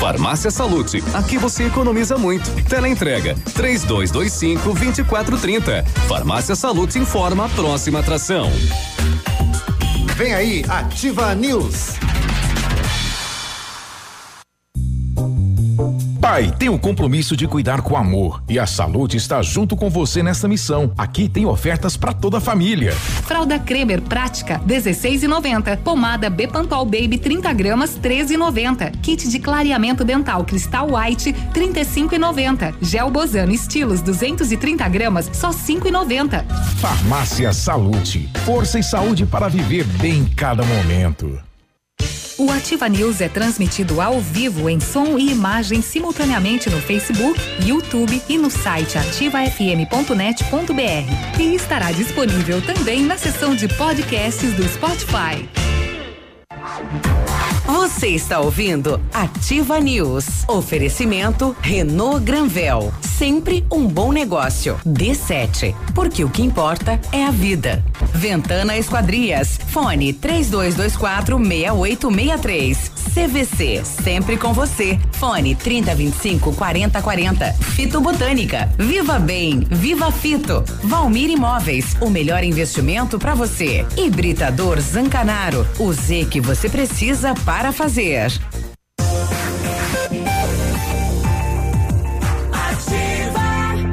Farmácia Salute, aqui você economiza muito. Teleentrega 3225-2430. Farmácia Salute informa a próxima atração. Vem aí, Ativa News. Pai tem o compromisso de cuidar com amor e a Salute está junto com você nessa missão. Aqui tem ofertas para toda a família. Fralda Cremer Prática 16,90. Pomada Bepantol Baby 30 gramas 13,90. Kit de clareamento dental Cristal White 35,90. Gel Bozano Estilos 230 gramas só 5,90. Farmácia Salute, força e saúde para viver bem cada momento. O Ativa News é transmitido ao vivo em som e imagem simultaneamente no Facebook, YouTube e no site ativafm.net.br. E estará disponível também na seção de podcasts do Spotify. Você está ouvindo Ativa News. Oferecimento Renault Granvel. Sempre um bom negócio. D7. Porque o que importa é a vida. Ventana Esquadrias. Fone 3224-6863. CVC. Sempre com você. Fone 3025-4040. Fito Botânica. Viva Bem. Viva Fito. Valmir Imóveis. O melhor investimento para você. Hibridador Zancanaro. O Z que você precisa para fazer. Ativa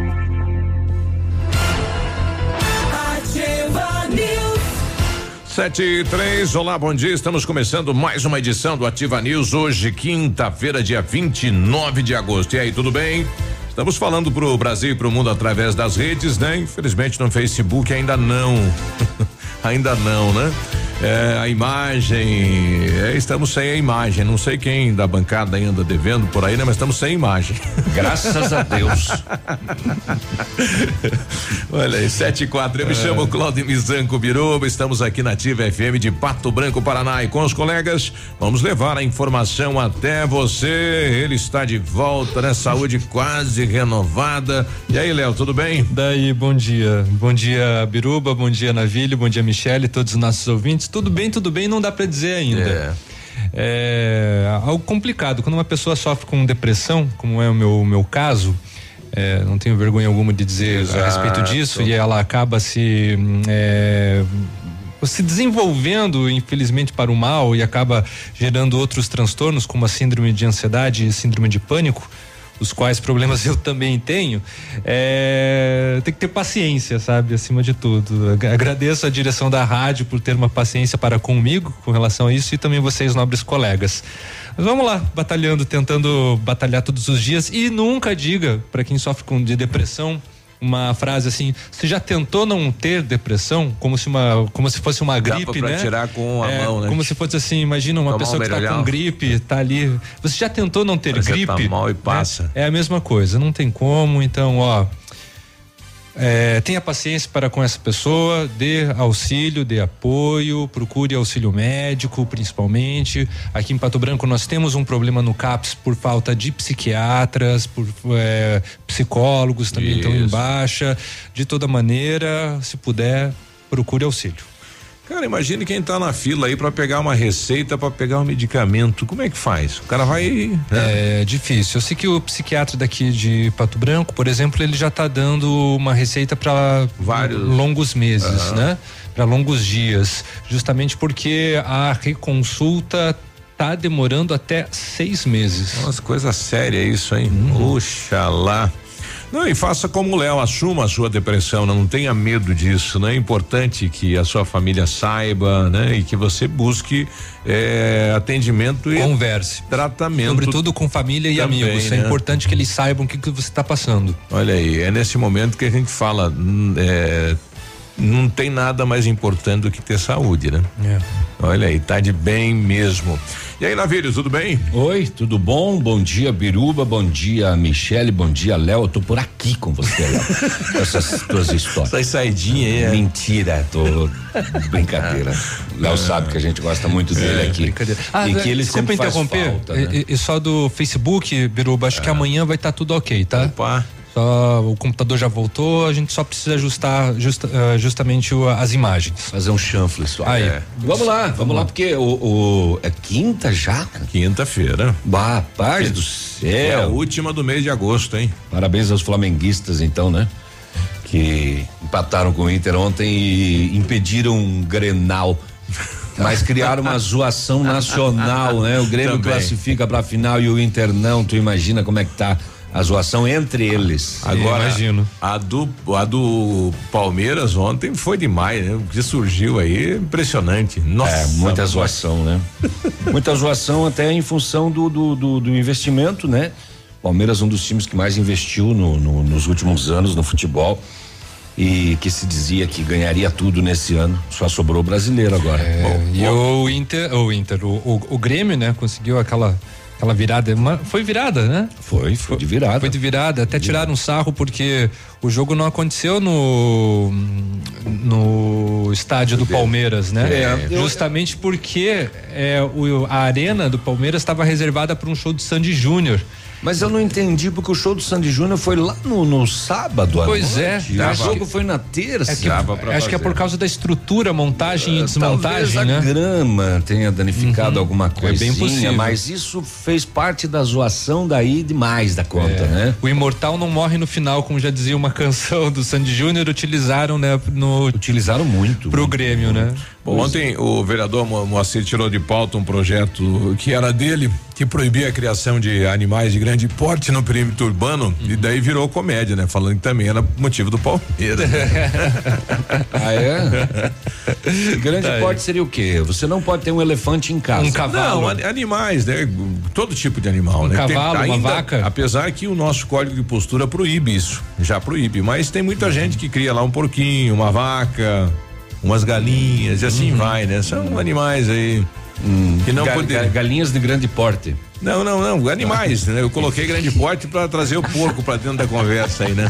News. 7:03, olá, bom dia. Estamos começando mais uma edição do Ativa News. Hoje, quinta-feira, dia 29 de agosto. E aí, tudo bem? Estamos falando pro Brasil e pro mundo através das redes, né? Infelizmente no Facebook ainda não. Ainda não, né? A imagem, estamos sem a imagem, não sei quem da bancada ainda devendo por aí, né? Mas estamos sem imagem. Graças a Deus. Olha aí, 7:04, eu me chamo Cláudio Mizanco Biruba, estamos aqui na Ativa FM de Pato Branco, Paraná, e com os colegas vamos levar a informação até você. Ele está de volta, né? Saúde quase renovada. E aí, Léo, tudo bem? Daí, bom dia Biruba, bom dia Navilho, bom dia Michele, todos os nossos ouvintes. Tudo bem, não dá pra dizer ainda. É algo complicado. Quando uma pessoa sofre com depressão, como é o meu caso, não tenho vergonha alguma de dizer a respeito disso, e ela acaba se desenvolvendo, infelizmente, para o mal e acaba gerando outros transtornos, como a síndrome de ansiedade e síndrome de pânico, os quais problemas eu também tenho. Tem que ter paciência, sabe, acima de tudo. Agradeço a direção da rádio por ter uma paciência para comigo com relação a isso, e também vocês, nobres colegas. Mas vamos lá, tentando batalhar todos os dias, e nunca diga para quem sofre de depressão uma frase assim: você já tentou não ter depressão? Como se fosse uma gripe, pra né? Tirar com a mão, né? Como se fosse assim, imagina uma pessoa que tá com gripe, tá ali. Você já tentou não ter gripe? Tá mal e passa. É a mesma coisa, não tem como. Então, tenha paciência para com essa pessoa, dê auxílio, dê apoio, procure auxílio médico, principalmente. Aqui em Pato Branco nós temos um problema no CAPS por falta de psiquiatras, por psicólogos também estão em baixa. De toda maneira, se puder, procure auxílio. Cara, imagine quem tá na fila aí pra pegar uma receita, pra pegar um medicamento. Como é que faz? O cara vai. É difícil. Eu sei que o psiquiatra daqui de Pato Branco, por exemplo, ele já tá dando uma receita para vários longos meses, né? Para longos dias. Justamente porque a reconsulta tá demorando até 6 meses. Nossa, coisa séria isso, hein? Oxalá. Não, e faça como o Léo, assuma a sua depressão, não tenha medo disso, né? É importante que a sua família saiba, né? E que você busque atendimento e converse, tratamento. Sobretudo com família e também, amigos, né? É importante que eles saibam o que você está passando. Olha aí, é nesse momento que a gente fala, não tem nada mais importante do que ter saúde, né? Olha aí, tá de bem mesmo. E aí, Navírio, tudo bem? Oi, tudo bom? Bom dia, Biruba, bom dia, Michele, bom dia, Léo. Eu tô por aqui com você, Léo. Com essas tuas histórias. Sai saidinha aí. Mentira, tô brincadeira. Léo sabe que a gente gosta muito dele aqui. Brincadeira. E que ele desculpa sempre faz interromper, falta, né? E só do Facebook, Biruba, acho que amanhã vai estar tudo ok, tá? Opa. O computador já voltou, a gente só precisa ajustar justamente as imagens. Fazer um chanfle só. Vamos lá, porque é quinta já? Quinta-feira. Rapaz do céu. É a última do mês de agosto, hein? Parabéns aos flamenguistas, então, né? Que empataram com o Inter ontem e impediram um Grenal. Mas criaram uma zoação nacional, né? O Grêmio também classifica pra final e o Inter não. Tu imagina como é que tá a zoação entre eles. Agora, imagino. A do Palmeiras ontem foi demais, né? O que surgiu aí, impressionante. Nossa. Muita zoação, né? Muita zoação até em função do investimento, né? Palmeiras, um dos times que mais investiu nos últimos anos no futebol e que se dizia que ganharia tudo nesse ano. Só sobrou o brasileiro agora. O Grêmio, né? Conseguiu aquela virada, foi virada, né? Foi de virada. Foi de virada, até tiraram um sarro porque o jogo não aconteceu no estádio do Palmeiras, né? Justamente porque a arena do Palmeiras estava reservada para um show do Sandy Júnior. Mas eu não entendi porque o show do Sandy Júnior foi lá no sábado. Pois é. O jogo foi na terça. Acho que é por causa da estrutura, montagem e desmontagem, talvez né? A grama tenha danificado alguma coisinha, bem possível. Mas isso fez parte da zoação daí demais da conta, né? O imortal não morre no final, como já dizia uma canção do Sandy Júnior, utilizaram, né? Utilizaram muito. Pro Grêmio, né? Bom, ontem o vereador Moacir tirou de pauta um projeto que era dele, que proibia a criação de animais de grande porte no perímetro urbano, e daí virou comédia, né? Falando que também era motivo do Palmeiras. Ah, é? Grande porte seria o quê? Você não pode ter um elefante em casa. Um cavalo. Não, animais, né? Todo tipo de animal, né? Cavalo, uma vaca. Apesar que o nosso código de postura proíbe isso, já proíbe, mas tem muita gente que cria lá um porquinho, uma vaca, umas galinhas e assim vai, né? São animais aí que não poderiam. Galinhas de grande porte. Não, animais, né? Eu coloquei grande porte pra trazer o porco pra dentro da conversa aí, né?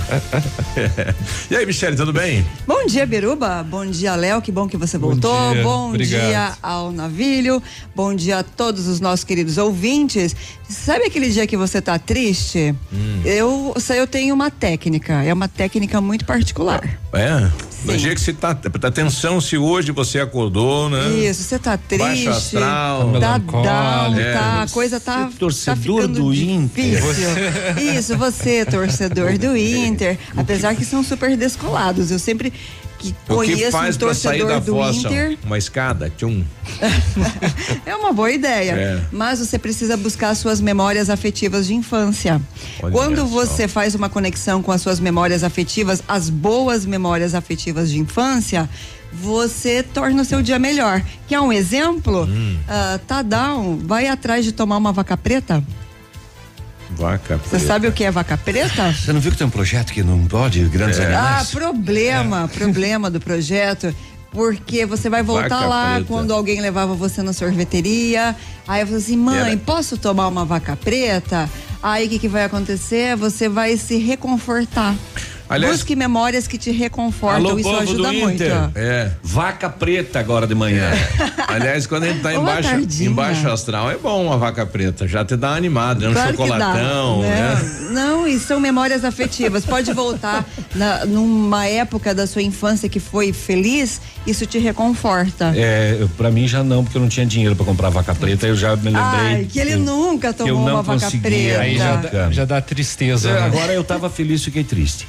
E aí, Michele, tudo bem? Bom dia, Biruba. Bom dia, Léo. Que bom que você voltou. Bom dia ao Navilho. Bom dia a todos os nossos queridos ouvintes. Sabe aquele dia que você tá triste? Eu tenho uma técnica. É uma técnica muito particular. É? No dia que você tá atenção se hoje você acordou, né? Isso, você tá triste. Baixo astral. Tá down, tá, a coisa tá torcedor do Inter. Isso, você, torcedor do Inter. Apesar que são super descolados. Eu sempre conheço um torcedor do Inter. Uma escada, tchum. É uma boa ideia. Mas você precisa buscar suas memórias afetivas de infância. Quando você faz uma conexão com as suas memórias afetivas, as boas memórias afetivas de infância, você torna o seu dia melhor. Quer um exemplo? Tá down, vai atrás de tomar uma vaca preta. Vaca preta. Você sabe o que é vaca preta? Você não viu que tem um projeto que não pode grandes animais? Problema do projeto. Porque você vai voltar vaca lá preta. quando alguém levava você na sorveteria. Aí eu falo assim, mãe, posso tomar uma vaca preta? Aí o que vai acontecer? Você vai se reconfortar. Aliás, busque memórias que te reconfortam, isso ajuda muito. Vaca preta agora de manhã. Aliás, quando a gente tá embaixo astral, é bom uma vaca preta, já te dá uma animada, um chocolatão, né? Não, e são memórias afetivas. Pode voltar numa época da sua infância que foi feliz, isso te reconforta. Pra mim já não, porque eu não tinha dinheiro pra comprar vaca preta, eu já me lembrei. Que ele nunca tomou uma vaca preta. Aí já dá tristeza. Né? Agora eu tava feliz, fiquei triste.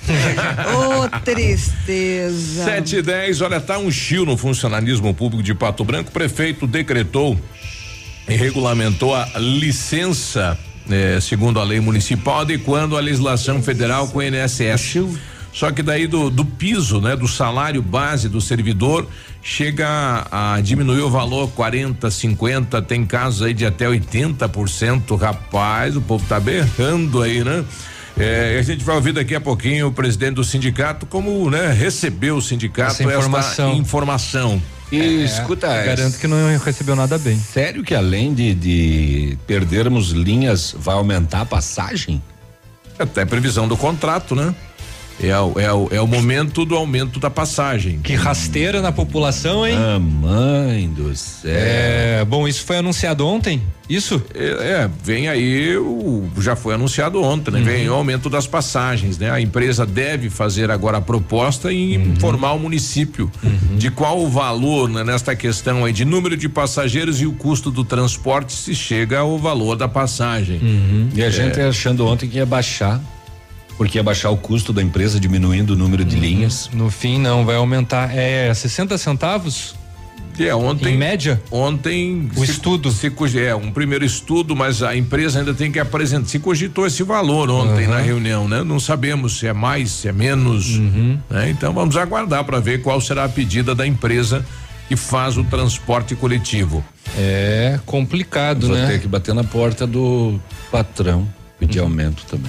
Tristeza. 7:10, olha, tá um chio no funcionalismo público de Pato Branco. O prefeito decretou e regulamentou a licença, segundo a lei municipal, adequando a legislação federal com o INSS. Só que daí do piso, né, do salário base do servidor, chega a diminuir o valor 40, 50, tem casos aí de até 80%. Rapaz, o povo tá berrando aí, né? A gente vai ouvir daqui a pouquinho o presidente do sindicato, como, né, recebeu o sindicato esta informação. E escuta, garanto que não recebeu nada bem. Sério que além de perdermos linhas, vai aumentar a passagem? Até previsão do contrato, né? É o momento do aumento da passagem. Que rasteira na população, hein? Mãe do céu. Bom, isso foi anunciado ontem? Isso? Vem aí, já foi anunciado ontem, né? Vem o aumento das passagens, né? A empresa deve fazer agora a proposta e informar o município de qual o valor, né, nesta questão aí de número de passageiros e o custo do transporte, se chega ao valor da passagem. E a gente achando ontem que ia baixar, porque ia baixar o custo da empresa, diminuindo o número de linhas. No fim, não, vai aumentar 60 centavos? Ontem. Em média? Ontem. O estudo. Um primeiro estudo, mas a empresa ainda tem que apresentar. Se cogitou esse valor ontem na reunião, né? Não sabemos se é mais, se é menos. Né? Então vamos aguardar para ver qual será a pedida da empresa que faz o transporte coletivo. É complicado, Vou né? ter que bater na porta do patrão, pedir aumento também.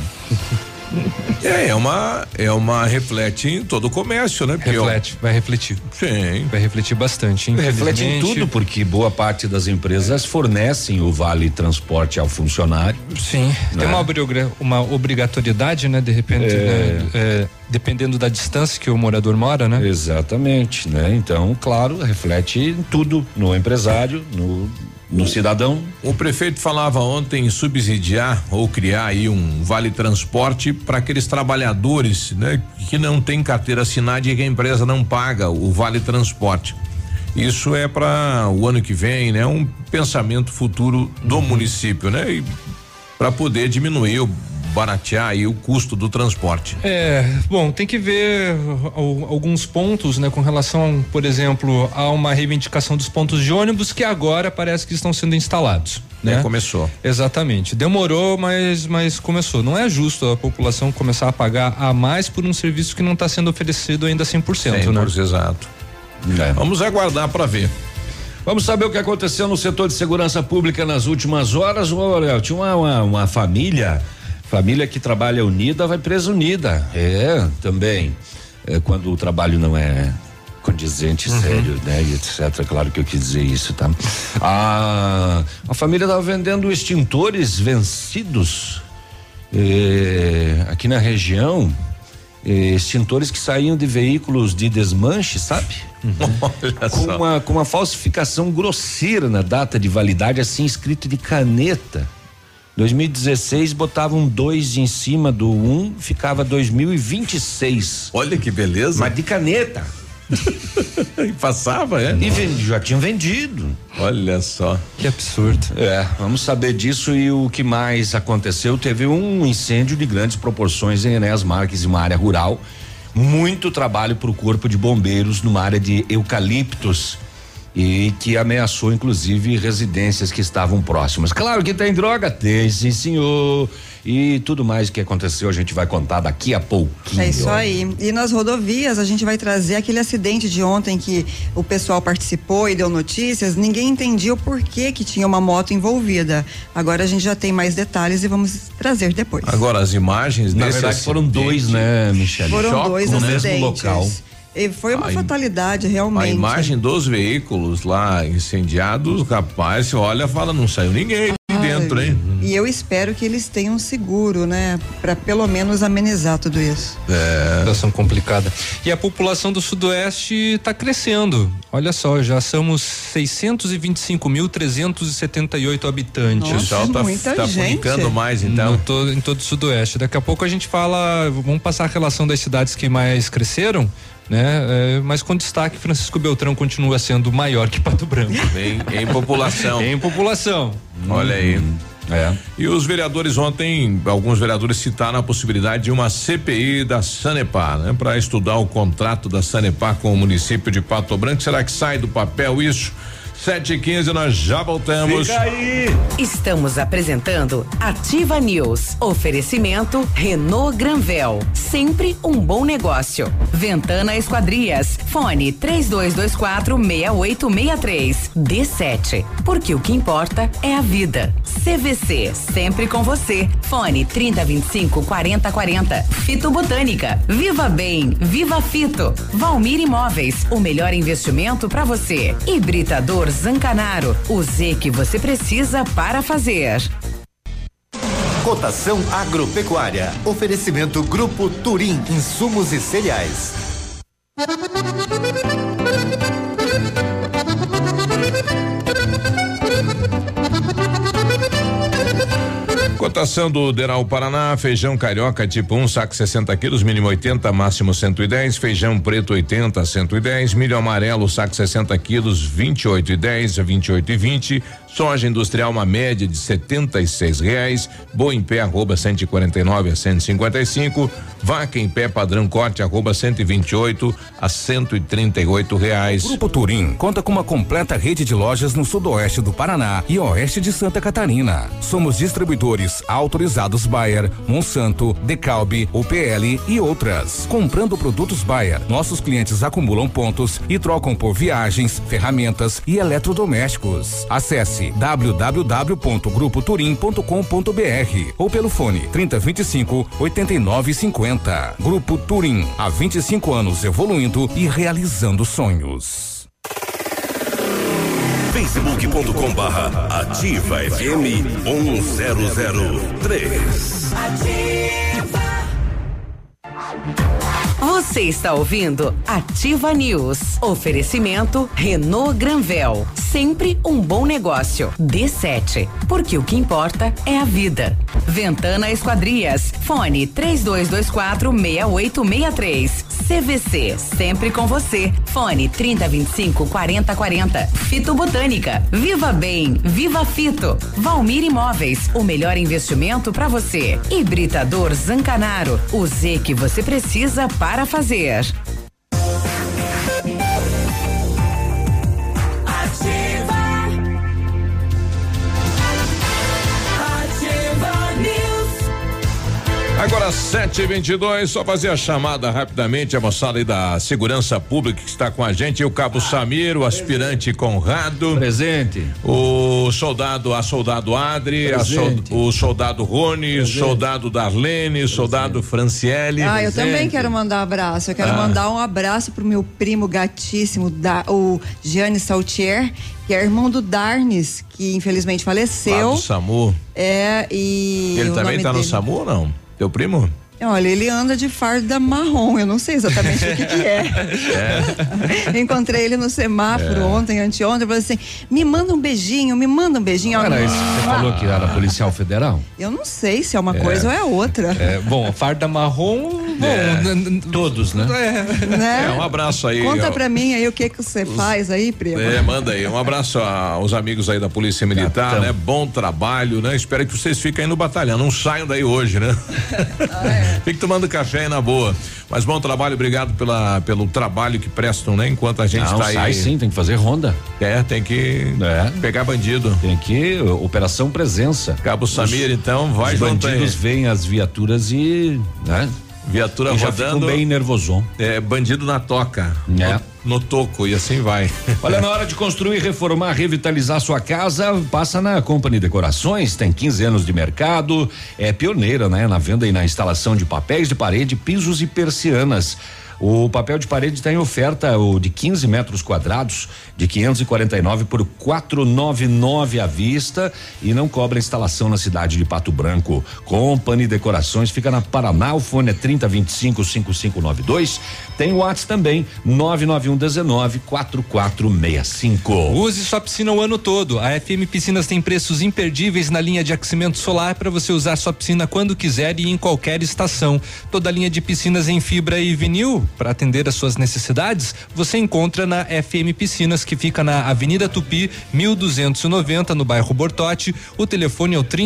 Reflete em todo o comércio, né? Porque vai refletir. Sim. Vai refletir bastante, Reflete em tudo, porque boa parte das empresas fornecem o vale transporte ao funcionário. Sim, tem uma obrigatoriedade, né? De repente, dependendo da distância que o morador mora, né? Exatamente, né? Então, claro, reflete em tudo, no empresário, no cidadão. O prefeito falava ontem em subsidiar ou criar aí um vale transporte para aqueles trabalhadores, né, que não tem carteira assinada e que a empresa não paga o vale transporte. Isso é para o ano que vem, né? Um pensamento futuro do município, né? E para poder diminuir baratear aí o custo do transporte. Bom, tem que ver alguns pontos, né, com relação, por exemplo, a uma reivindicação dos pontos de ônibus que agora parece que estão sendo instalados, né? Começou. Exatamente. Demorou, mas começou. Não é justo a população começar a pagar a mais por um serviço que não está sendo oferecido ainda 100%, né? Exato. Vamos aguardar para ver. Vamos saber o que aconteceu no setor de segurança pública nas últimas horas. Léo, tinha uma família que trabalha unida vai presa unida. Também. Quando o trabalho não é condizente, sério, né? E etc. Claro que eu quis dizer isso, tá? A família estava vendendo extintores vencidos aqui na região. Extintores que saíam de veículos de desmanche, sabe? Com uma falsificação grosseira na data de validade, assim escrito de caneta. 2016 botavam 2 em cima do 1, ficava 2026. Olha que beleza. Mas de caneta. E passava, E já tinham vendido. Olha só. Que absurdo. Vamos saber disso e o que mais aconteceu. Teve um incêndio de grandes proporções em Enéas Marques, em uma área rural. Muito trabalho para o Corpo de Bombeiros numa área de eucaliptos e que ameaçou inclusive residências que estavam próximas. Claro que tem droga, tem, sim senhor, e tudo mais que aconteceu a gente vai contar daqui a pouquinho. É isso aí. E nas rodovias a gente vai trazer aquele acidente de ontem que o pessoal participou e deu notícias, ninguém entendia o porquê que tinha uma moto envolvida. Agora a gente já tem mais detalhes e vamos trazer depois. Agora as imagens na verdade foram 2, né, Michele? Foram 2 no acidentes. Mesmo local. E foi uma fatalidade, realmente. A imagem dos veículos lá incendiados, rapaz, você olha, fala, não saiu ninguém de dentro, hein? E eu espero que eles tenham seguro, né? Pra pelo menos amenizar tudo isso. Situação complicada. E a população do Sudoeste tá crescendo. Olha só, já somos 625.378 habitantes. Nossa, o pessoal tá ficando mais, então. Em todo o Sudoeste. Daqui a pouco a gente fala, vamos passar a relação das cidades que mais cresceram, né? Mas com destaque, Francisco Beltrão continua sendo maior que Pato Branco. Em população. Em população. Olha aí. E os vereadores ontem, alguns vereadores citaram a possibilidade de uma CPI da Sanepar, né? Para estudar o contrato da Sanepar com o município de Pato Branco. Será que sai do papel isso? 7h15, nós já voltamos. Fica aí. Estamos apresentando Ativa News. Oferecimento Renault Granvel. Sempre um bom negócio. Ventana Esquadrias. Fone 3224-6863. D7. Porque o que importa é a vida. CVC. Sempre com você. Fone 3025-4040. Fito Botânica. Viva Bem. Viva Fito. Valmir Imóveis. O melhor investimento para você. Hibridador Zancanaro, o Z que você precisa para fazer. Cotação agropecuária. Oferecimento Grupo Turim, insumos e cereais. Cotação do Deral Paraná, feijão carioca tipo 1, saco 60 quilos, mínimo 80, máximo 110, feijão preto 80, 110, milho amarelo, saco 60 quilos, 28,10 a 28,20, soja industrial uma média de R$ 76, boi em pé arroba 149 a 155, vaca em pé padrão corte arroba 128 a 138 reais. Grupo Turim conta com uma completa rede de lojas no sudoeste do Paraná e oeste de Santa Catarina. Somos distribuidores autorizados Bayer, Monsanto, Decalbe, UPL e outras. Comprando produtos Bayer, nossos clientes acumulam pontos e trocam por viagens, ferramentas e eletrodomésticos. Acesse www.grupoturim.com.br ou pelo fone 3025 8950. Grupo Turim, há 25 anos evoluindo e realizando sonhos. Facebook.com/Ativa FM 1003. Você está ouvindo Ativa News. Oferecimento Renault Granvel. Sempre um bom negócio. D7. Porque o que importa é a vida. Ventana Esquadrias. Fone 3224-6863. CVC. Sempre com você. Fone 3025-4040. Fito Botânica. Viva Bem. Viva Fito. Valmir Imóveis. O melhor investimento para você. Hibridador Zancanaro. O Z que você precisa para fazer. Agora 7h22, só fazer a chamada rapidamente, a moçada aí da Segurança Pública que está com a gente, o Cabo Samir, o aspirante Conrado. Presente. O soldado Adri, o soldado Rony, o soldado Darlene, o soldado Franciele. Eu também quero mandar um abraço. Eu quero mandar um abraço pro meu primo gatíssimo, o Gianni Saltier, que é irmão do Darnes, que infelizmente faleceu. Do SAMU. E ele também tá no SAMU ou não? Teu primo? Olha, ele anda de farda marrom, eu não sei exatamente o que é. Eu encontrei ele no semáforo ontem, anteontem, eu falei assim, me manda um beijinho. Era isso que você falou que era policial federal? Eu não sei se é uma coisa ou é outra. Bom, farda marrom, todos, né? Um abraço aí. Conta pra mim aí o que você faz aí, primo. Manda aí, um abraço aos amigos aí da Polícia Militar, né? Bom trabalho, né? Espero que vocês fiquem aí no batalhão, não saiam daí hoje, né? Fique tomando café aí na boa. Mas bom trabalho, obrigado pelo trabalho que prestam, né? Enquanto a gente tá aí. Sim, tem que fazer ronda. Tem que pegar bandido. Tem que, operação presença. Cabo Samir, então, vai junto aí. Os bandidos veem as viaturas e, né? Viatura e já rodando. Ficam bem nervosão. Bandido na toca. No toco, e assim vai. Olha, na hora de construir, reformar, revitalizar sua casa, passa na Company Decorações, tem 15 anos de mercado, é pioneira, né? Na venda e na instalação de papéis de parede, pisos e persianas. O papel de parede está em oferta, o de 15 metros quadrados, de 549 por 499 à vista, e não cobra instalação na cidade de Pato Branco. Company Decorações fica na Paraná, o fone é 3025-5592. Tem o WhatsApp também, 991194465. Use sua piscina o ano todo. A FM Piscinas tem preços imperdíveis na linha de aquecimento solar para você usar sua piscina quando quiser e em qualquer estação. Toda a linha de piscinas em fibra e vinil para atender às suas necessidades, você encontra na FM Piscinas, que fica na Avenida Tupi, 1290, no bairro Bortote. O telefone é o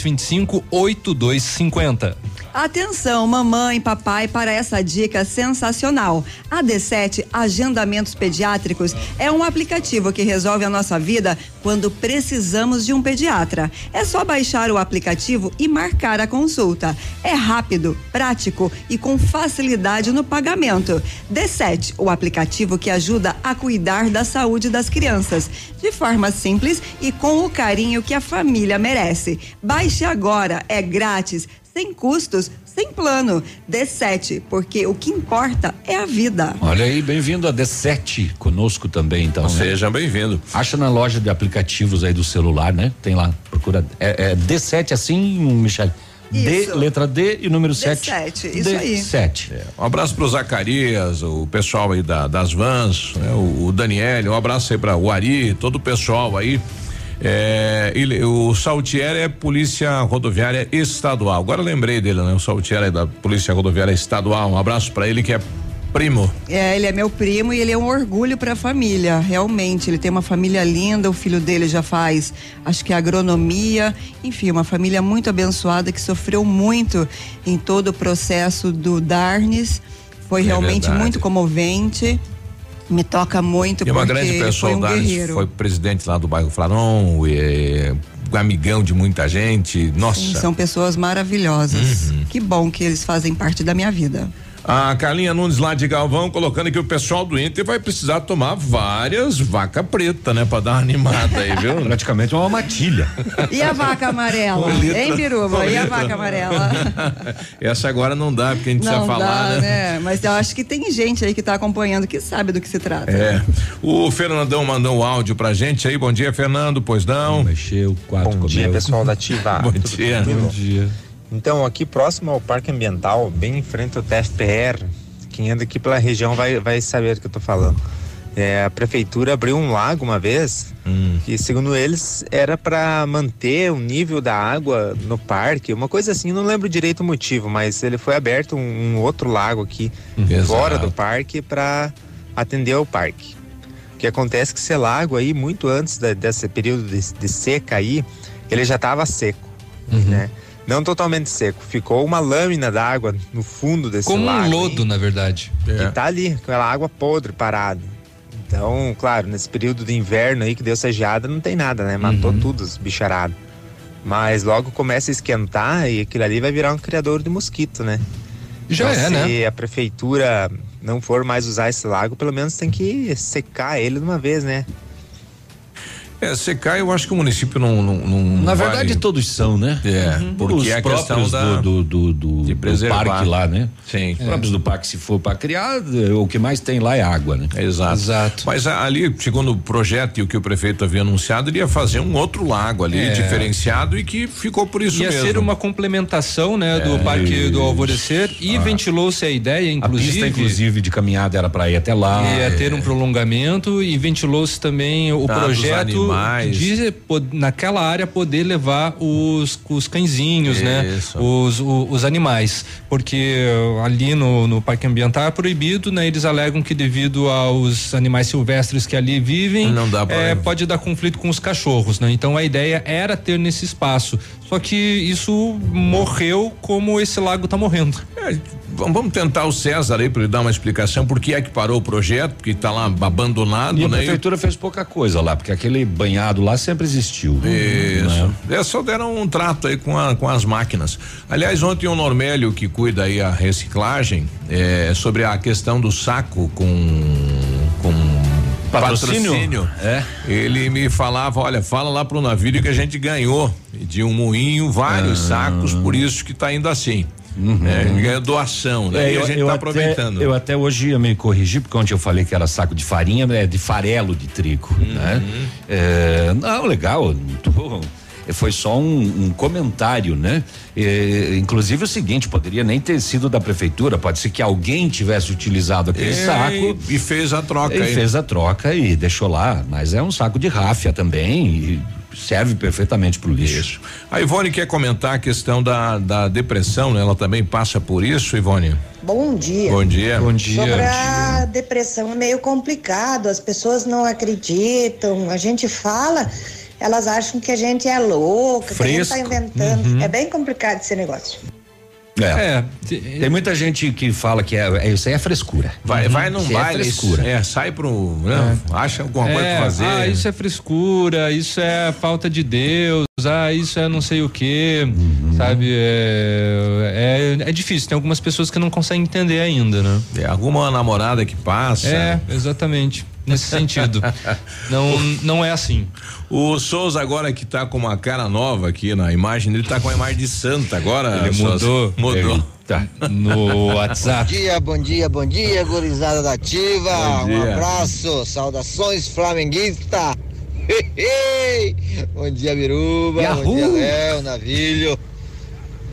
3225-8250. Atenção, mamãe, papai, para essa dica sensacional. A D7 Agendamentos Pediátricos é um aplicativo que resolve a nossa vida quando precisamos de um pediatra. É só baixar o aplicativo e marcar a consulta. É rápido, prático e com facilidade no pagamento. D7, o aplicativo que ajuda a cuidar da saúde das crianças, de forma simples e com o carinho que a família merece. Baixe agora, é grátis, sem custos, sem plano. D7, porque o que importa é a vida. Olha aí, bem-vindo a D7 conosco também, então. Seja bem-vindo. Acha na loja de aplicativos aí do celular, né? Tem lá, procura. É D7 assim, Michel? letra D e número 7. Isso aí. 7. Um abraço pro Zacarias, o pessoal aí das vans, né? O Daniel, um abraço aí pra o Ari, todo o pessoal aí. O Saltieri é Polícia Rodoviária Estadual. Agora eu lembrei dele, né? O Saltieri é da Polícia Rodoviária Estadual. Um abraço pra ele que é primo. Ele é meu primo e ele é um orgulho para a família, realmente. Ele tem uma família linda, o filho dele já faz, acho que agronomia, enfim, uma família muito abençoada que sofreu muito em todo o processo do Darnes. Foi realmente verdade. muito comovente. Me toca muito porque uma grande pessoa, foi um guerreiro. Foi presidente lá do bairro Flaron, amigão de muita gente. Nossa. Sim, são pessoas maravilhosas. Que bom que eles fazem parte da minha vida. A Carlinha Nunes lá de Galvão colocando que o pessoal do Inter vai precisar tomar várias vaca preta, né? Pra dar uma animada aí, viu? Praticamente uma matilha. E a vaca amarela? Hein, Biruba? E a vaca amarela? Essa agora não dá, porque a gente precisa falar, né? Mas eu acho que tem gente aí que tá acompanhando que sabe do que se trata. O Fernandão mandou um áudio pra gente aí. Bom dia, Fernando. Pois não? Mexeu, 4 Bom dia, pessoal da Ativa. Bom dia. Bom dia. Então, aqui próximo ao Parque Ambiental, bem em frente ao TFPR, quem anda aqui pela região vai saber do que eu tô falando. A prefeitura abriu um lago uma vez, que segundo eles era para manter o nível da água no parque, uma coisa assim, não lembro direito o motivo, mas ele foi aberto um outro lago aqui fora do parque para atender ao parque. O que acontece é que esse lago aí, muito antes desse período de seca aí, ele já estava seco, né? Não totalmente seco, ficou uma lâmina d'água no fundo desse lago. Como um lodo, na verdade. E tá ali, aquela água podre, parada. Então, claro, nesse período de inverno aí que deu essa geada, não tem nada, né? Matou tudo os bicharados. Mas logo começa a esquentar e aquilo ali vai virar um criador de mosquito, né? Já então, né? Se a prefeitura não for mais usar esse lago, pelo menos tem que secar ele de uma vez, né? Secar, eu acho que o município não na verdade todos são, né? Porque os é a questão do parque lá, né? Sim. Os próprios do parque, se for para criar, o que mais tem lá é água, né? Exato. Mas ali, segundo o projeto e o que o prefeito havia anunciado, ele ia fazer um outro lago ali, diferenciado, e que ficou por isso mesmo. Ia ser uma complementação, né? Do Parque do Alvorecer, e ventilou-se a ideia, inclusive. A pista, inclusive, de caminhada era para ir até lá. Ia ter um prolongamento e ventilou-se também o projeto de naquela área poder levar os cãezinhos, né? Os animais, porque ali no Parque Ambiental é proibido, né? Eles alegam que devido aos animais silvestres que ali vivem, não dá pode dar conflito com os cachorros, né? Então a ideia era ter nesse espaço, só que isso morreu como esse lago tá morrendo. Vamos tentar o César aí para ele dar uma explicação por que é que parou o projeto, porque tá lá abandonado, e a né? prefeitura fez pouca coisa lá, porque aquele banhado lá sempre existiu. Isso. Né? Só deram um trato aí com as máquinas. Aliás, ontem o Normélio, que cuida aí a reciclagem, sobre a questão do saco com patrocínio. Ele me falava, olha, fala lá pro navio que a gente ganhou de um moinho vários sacos, por isso que tá indo assim. Ganha doação, né? E a gente tá aproveitando. Eu até hoje ia me corrigir, porque ontem eu falei que era saco de farinha, é de farelo de trigo, né? Não, legal, foi só um comentário, né? Inclusive o seguinte, poderia nem ter sido da prefeitura, pode ser que alguém tivesse utilizado aquele saco e fez a troca. Fez a troca e deixou lá, mas é um saco de ráfia também e serve perfeitamente pro lixo. Isso. A Ivone quer comentar a questão da depressão, né? Ela também passa por isso, Ivone? Bom dia. Bom dia. Bom dia. Sobre a depressão é meio complicado, as pessoas não acreditam, a gente fala, elas acham que a gente é louca, que a gente tá inventando. É bem complicado esse negócio. Tem muita gente que fala que isso aí é frescura. Vai num baile, frescura. sai pro, acha alguma coisa pra fazer. Isso é frescura, isso é falta de Deus, isso é não sei o quê, sabe? É difícil, tem algumas pessoas que não conseguem entender ainda, né? Alguma namorada que passa. Exatamente. Nesse sentido. Não é assim. O Souza agora que tá com uma cara nova aqui na imagem, ele tá com a imagem de santa agora. Ele mudou. Tá. No WhatsApp. Bom dia, gurizada da Ativa. Um abraço, saudações flamenguista. Bom dia, Biruba. Bom dia, Léo, Navilho.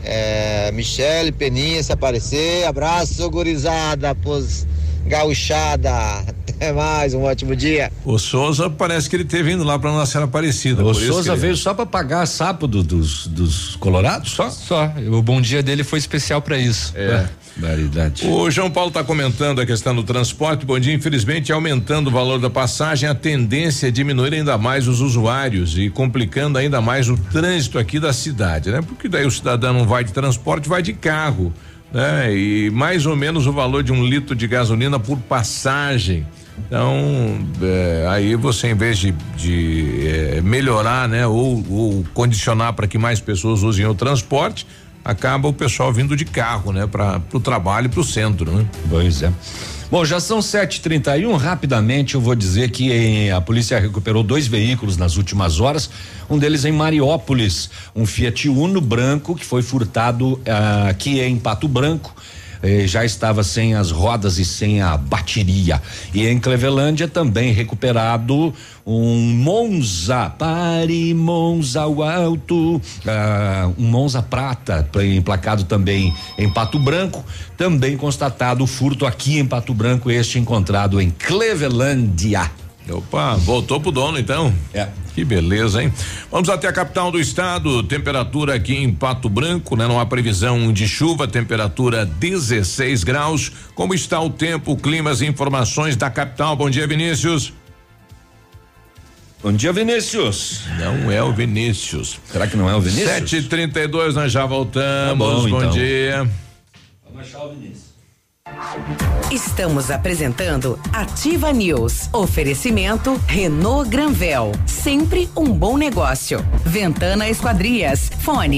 Michele, Peninha, se aparecer. Abraço, gurizada, pros gauchada. Até mais, um ótimo dia. O Souza parece que ele teve indo lá pra Nossa Senhora Aparecida. O Souza veio só pra pagar sapo dos colorados? Só. O bom dia dele foi especial pra isso. Verdade. O João Paulo está comentando a questão do transporte. Bom dia. Infelizmente, aumentando o valor da passagem, a tendência é diminuir ainda mais os usuários e complicando ainda mais o trânsito aqui da cidade, né? Porque daí o cidadão não vai de transporte, vai de carro, né? E mais ou menos o valor de 1 litro de gasolina por passagem. Então, aí você, em vez de melhorar, né? Ou condicionar para que mais pessoas usem o transporte, acaba o pessoal vindo de carro, né? Para o trabalho e para o centro, né? Pois é. Bom, já são 7h31. Rapidamente eu vou dizer que a polícia recuperou 2 veículos nas últimas horas. Um deles em Mariópolis, um Fiat Uno branco que foi furtado aqui em Pato Branco. Já estava sem as rodas e sem a bateria. E em Clevelândia também recuperado um Monza, pare Monza ao alto, um Monza prata, emplacado também em Pato Branco. Também constatado o furto aqui em Pato Branco, este encontrado em Clevelândia. Opa, voltou pro dono então. Que beleza, hein? Vamos até a capital do estado, temperatura aqui em Pato Branco, né? Não há previsão de chuva, temperatura 16 graus. Como está o tempo, climas e informações da capital? Bom dia, Vinícius. Bom dia, Vinícius. Não é o Vinícius. Será que não é o Vinícius? 7h32, nós já voltamos. Tá bom, então. Dia. Vamos achar o Vinícius. Estamos apresentando Ativa News. Oferecimento Renault Granvel. Sempre um bom negócio. Ventana Esquadrias. Fone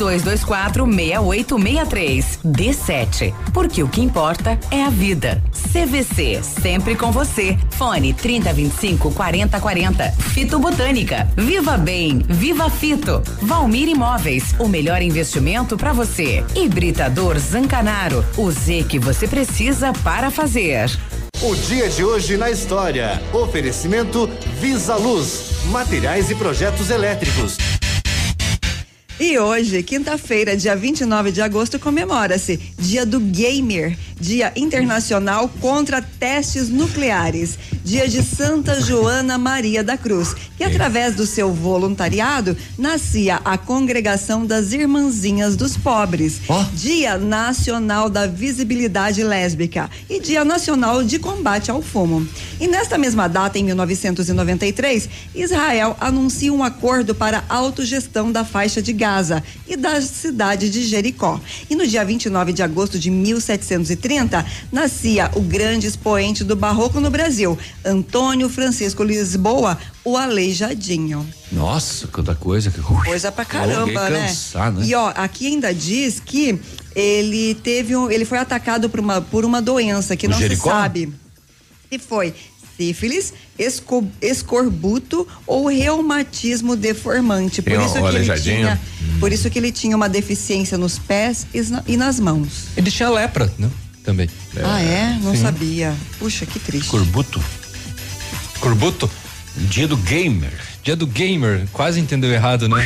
3224-6863. D7. Porque o que importa é a vida. CVC. Sempre com você. Fone 3025-4040. Fito Botânica. Viva Bem. Viva Fito. Valmir Imóveis. O melhor investimento para você. Hibridador Zancanaro. O Z que você precisa para fazer. O dia de hoje na história. Oferecimento Visa Luz, materiais e projetos elétricos. E hoje, quinta-feira, dia 29 de agosto, comemora-se Dia do Gamer, Dia Internacional contra Testes Nucleares, Dia de Santa Joana Maria da Cruz, que através do seu voluntariado nascia a Congregação das Irmãzinhas dos Pobres, Dia Nacional da Visibilidade Lésbica e Dia Nacional de Combate ao Fumo. E nesta mesma data, em 1993, Israel anuncia um acordo para a autogestão da faixa de Gaza e da cidade de Jericó. E no dia 29 de agosto de 1730, nascia o grande expoente do barroco no Brasil, Antônio Francisco Lisboa, o Aleijadinho. Nossa, quanta coisa. Coisa pra caramba, né? Cansar, né? E aqui ainda diz que ele foi atacado por uma doença que não Jericó? Se sabe se foi sífilis, escorbuto ou reumatismo deformante. Por isso que ele tinha uma deficiência nos pés e nas mãos. Ele tinha lepra, né? Também. Não sabia. Puxa, que triste. Escorbuto? Dia do gamer. Dia do gamer. Quase entendeu errado, né?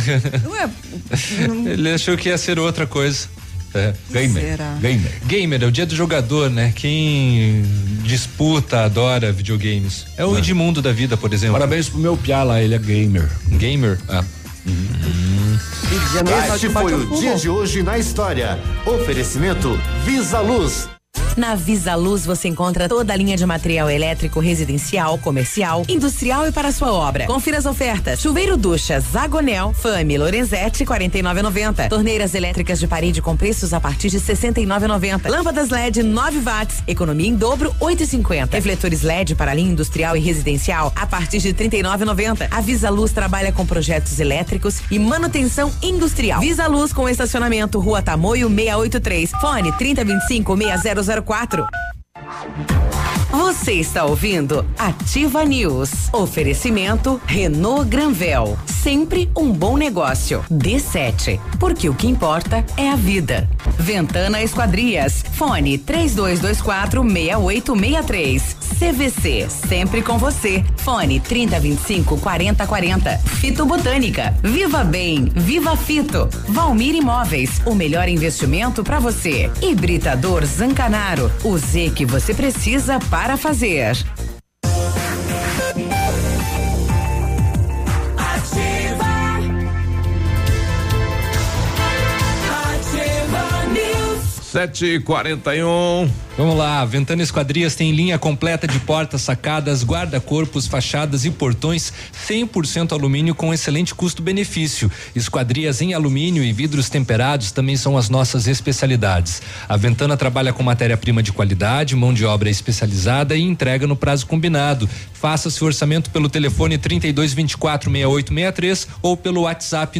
Ele achou que ia ser outra coisa. Gamer é o dia do jogador, né? Quem disputa, adora videogames. É o Edmundo da vida, por exemplo. Parabéns pro meu piá lá, ele é gamer. Gamer? Este foi o dia de hoje na história. Oferecimento Visa Luz. Na Visa Luz você encontra toda a linha de material elétrico residencial, comercial, industrial e para sua obra. Confira as ofertas. Chuveiro ducha Zagonel, Fame, Lorenzetti, 49,90. Torneiras elétricas de parede com preços a partir de 69,90. Lâmpadas LED 9 watts, economia em dobro 8,50. Refletores LED para linha industrial e residencial a partir de 39,90. A Visa Luz trabalha com projetos elétricos e manutenção industrial. Visa Luz com estacionamento Rua Tamoio 683. Fone 3025-6004. Você está ouvindo Ativa News. Oferecimento Renault Granvel. Sempre um bom negócio. D7. Porque o que importa é a vida. Ventana Esquadrias. Fone 3224-6863. CVC, sempre com você. Fone 3025-4040. Fito Botânica. Viva Bem, Viva Fito. Valmir Imóveis, o melhor investimento para você. Hibridador Zancanaro, o Z que você precisa para fazer. Ativa 7h41. Vamos lá, Ventana Esquadrias tem linha completa de portas, sacadas, guarda-corpos, fachadas e portões 100% alumínio com excelente custo-benefício. Esquadrias em alumínio e vidros temperados também são as nossas especialidades. A Ventana trabalha com matéria-prima de qualidade, mão de obra especializada e entrega no prazo combinado. Faça seu orçamento pelo telefone 3224-6863 ou pelo WhatsApp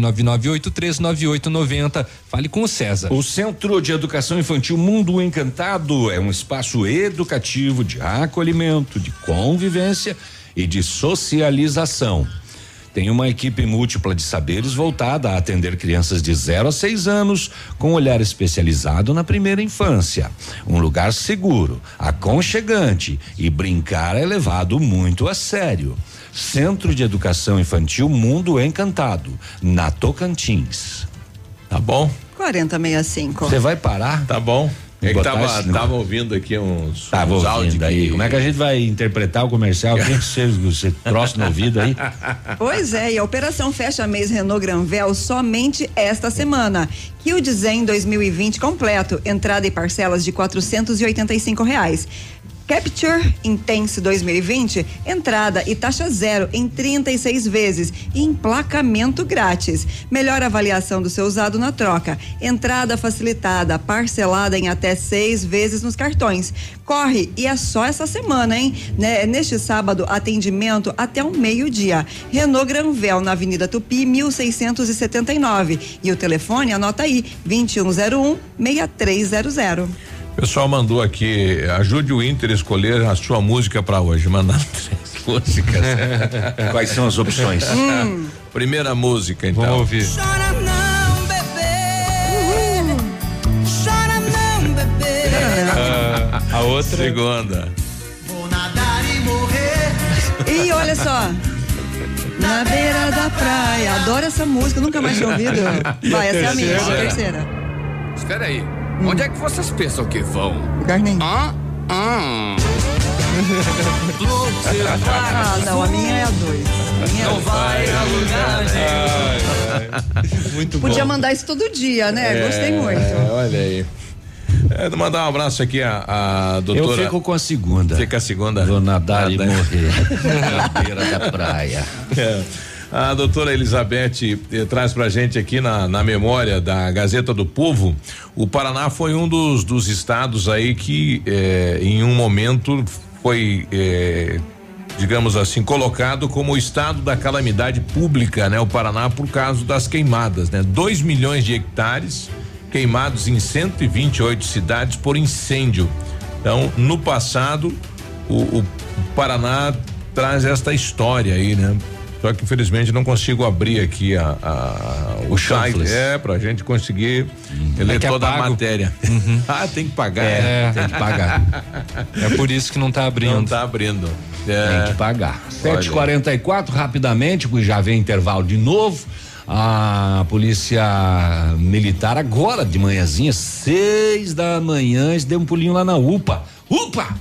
999839890. Fale com o César. O Centro de Educação Infantil Mundo Encantado é um espaço educativo de acolhimento, de convivência e de socialização. Tem uma equipe múltipla de saberes voltada a atender crianças de 0 a 6 anos, com olhar especializado na primeira infância. Um lugar seguro, aconchegante e brincar é levado muito a sério. Centro de Educação Infantil Mundo Encantado, na Tocantins. Tá bom? 4065. Você vai parar? Tá bom. É que tava ouvindo aqui uns áudios aí. Como é que a gente vai interpretar o comercial? Tem que ser você troço no ouvido aí. Pois é, e a operação Fecha Mês Renault Granvel somente esta semana. Hyundai Zen 2020 completo, entrada e parcelas de R$485. Capture Intense 2020, entrada e taxa zero em 36 vezes e emplacamento grátis. Melhor avaliação do seu usado na troca. Entrada facilitada, parcelada em até 6 vezes nos cartões. Corre, e é só essa semana, hein? Neste sábado, atendimento até o meio-dia. Renault Granvel, na Avenida Tupi, 1679. E o telefone, anota aí, 2101-6300. O pessoal mandou aqui, ajude o Inter a escolher a sua música para hoje. Mandaram 3 músicas. Quais são as opções? Primeira música, então. Vamos ouvir. Chora não, bebê. Chora não, bebê. A outra. Segunda. Vou nadar e morrer. E olha só. Na beira da praia. Adoro essa música, nunca mais tinha ouvido. Vai, essa é a minha, a terceira. Espera aí. Onde é que vocês pensam que vão? Lugar nenhum. Não, a minha é a 2. Não vai a lugar nenhum. Muito bom. Podia mandar isso todo dia, né? Gostei muito. Olha aí. Mandar um abraço aqui a doutora. Eu fico com a segunda. Fica a segunda. Vou nadar e morrer na beira da praia. A doutora Elizabeth traz pra gente aqui na memória da Gazeta do Povo, o Paraná foi um dos estados aí que em um momento foi digamos assim, colocado como o estado da calamidade pública, né? O Paraná, por causa das queimadas, né? 2 milhões de hectares queimados em 128 cidades por incêndio. Então, no passado, o Paraná traz esta história aí, né? Só que infelizmente não consigo abrir aqui o site pra gente conseguir ler toda a matéria. Tem que pagar. Tem que pagar. É por isso que não tá abrindo. Não tá abrindo. Tem que pagar. 7h44, rapidamente, já vem intervalo de novo. A polícia militar agora de manhãzinha, 6 da manhã, deu um pulinho lá na UPA. UPA!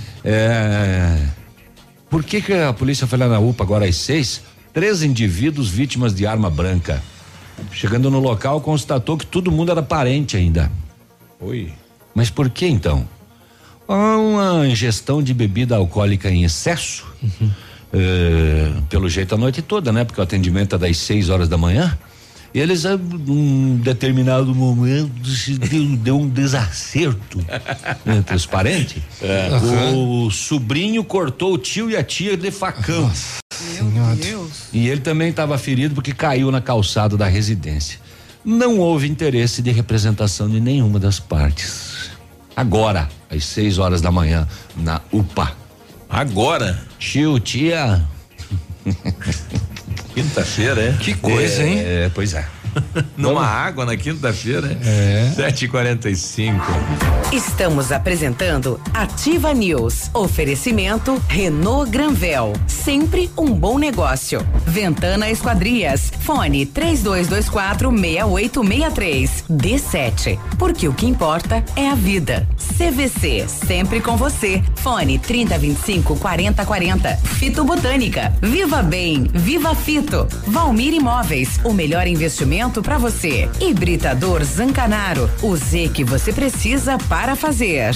Por que a polícia foi lá na UPA agora às 6? 3 indivíduos vítimas de arma branca. Chegando no local, constatou que todo mundo era parente ainda. Oi. Mas por que então? Uma ingestão de bebida alcoólica em excesso. Pelo jeito a noite toda, né? Porque o atendimento é das 6 horas da manhã. E eles, num determinado momento, deu um desacerto entre os parentes. O sobrinho cortou o tio e a tia de facão. Nossa, meu Deus. E ele também estava ferido porque caiu na calçada da residência. Não houve interesse de representação de nenhuma das partes. Agora, às 6 horas da manhã, na UPA. Agora? Tio, tia. Quinta-feira, Que coisa, hein? Pois é. numa água na quinta-feira. 7h45. Estamos apresentando Ativa News. Oferecimento Renault Granvel. Sempre um bom negócio. Ventana Esquadrias. Fone 3224-6863. D7. Porque o que importa é a vida. CVC. Sempre com você. Fone 3025-4040. Fito Botânica. Viva Bem. Viva Fito. Valmir Imóveis. O melhor investimento para você. Hibridador Zancanaro. O Z que você precisa para fazer.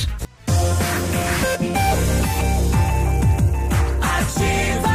Ativa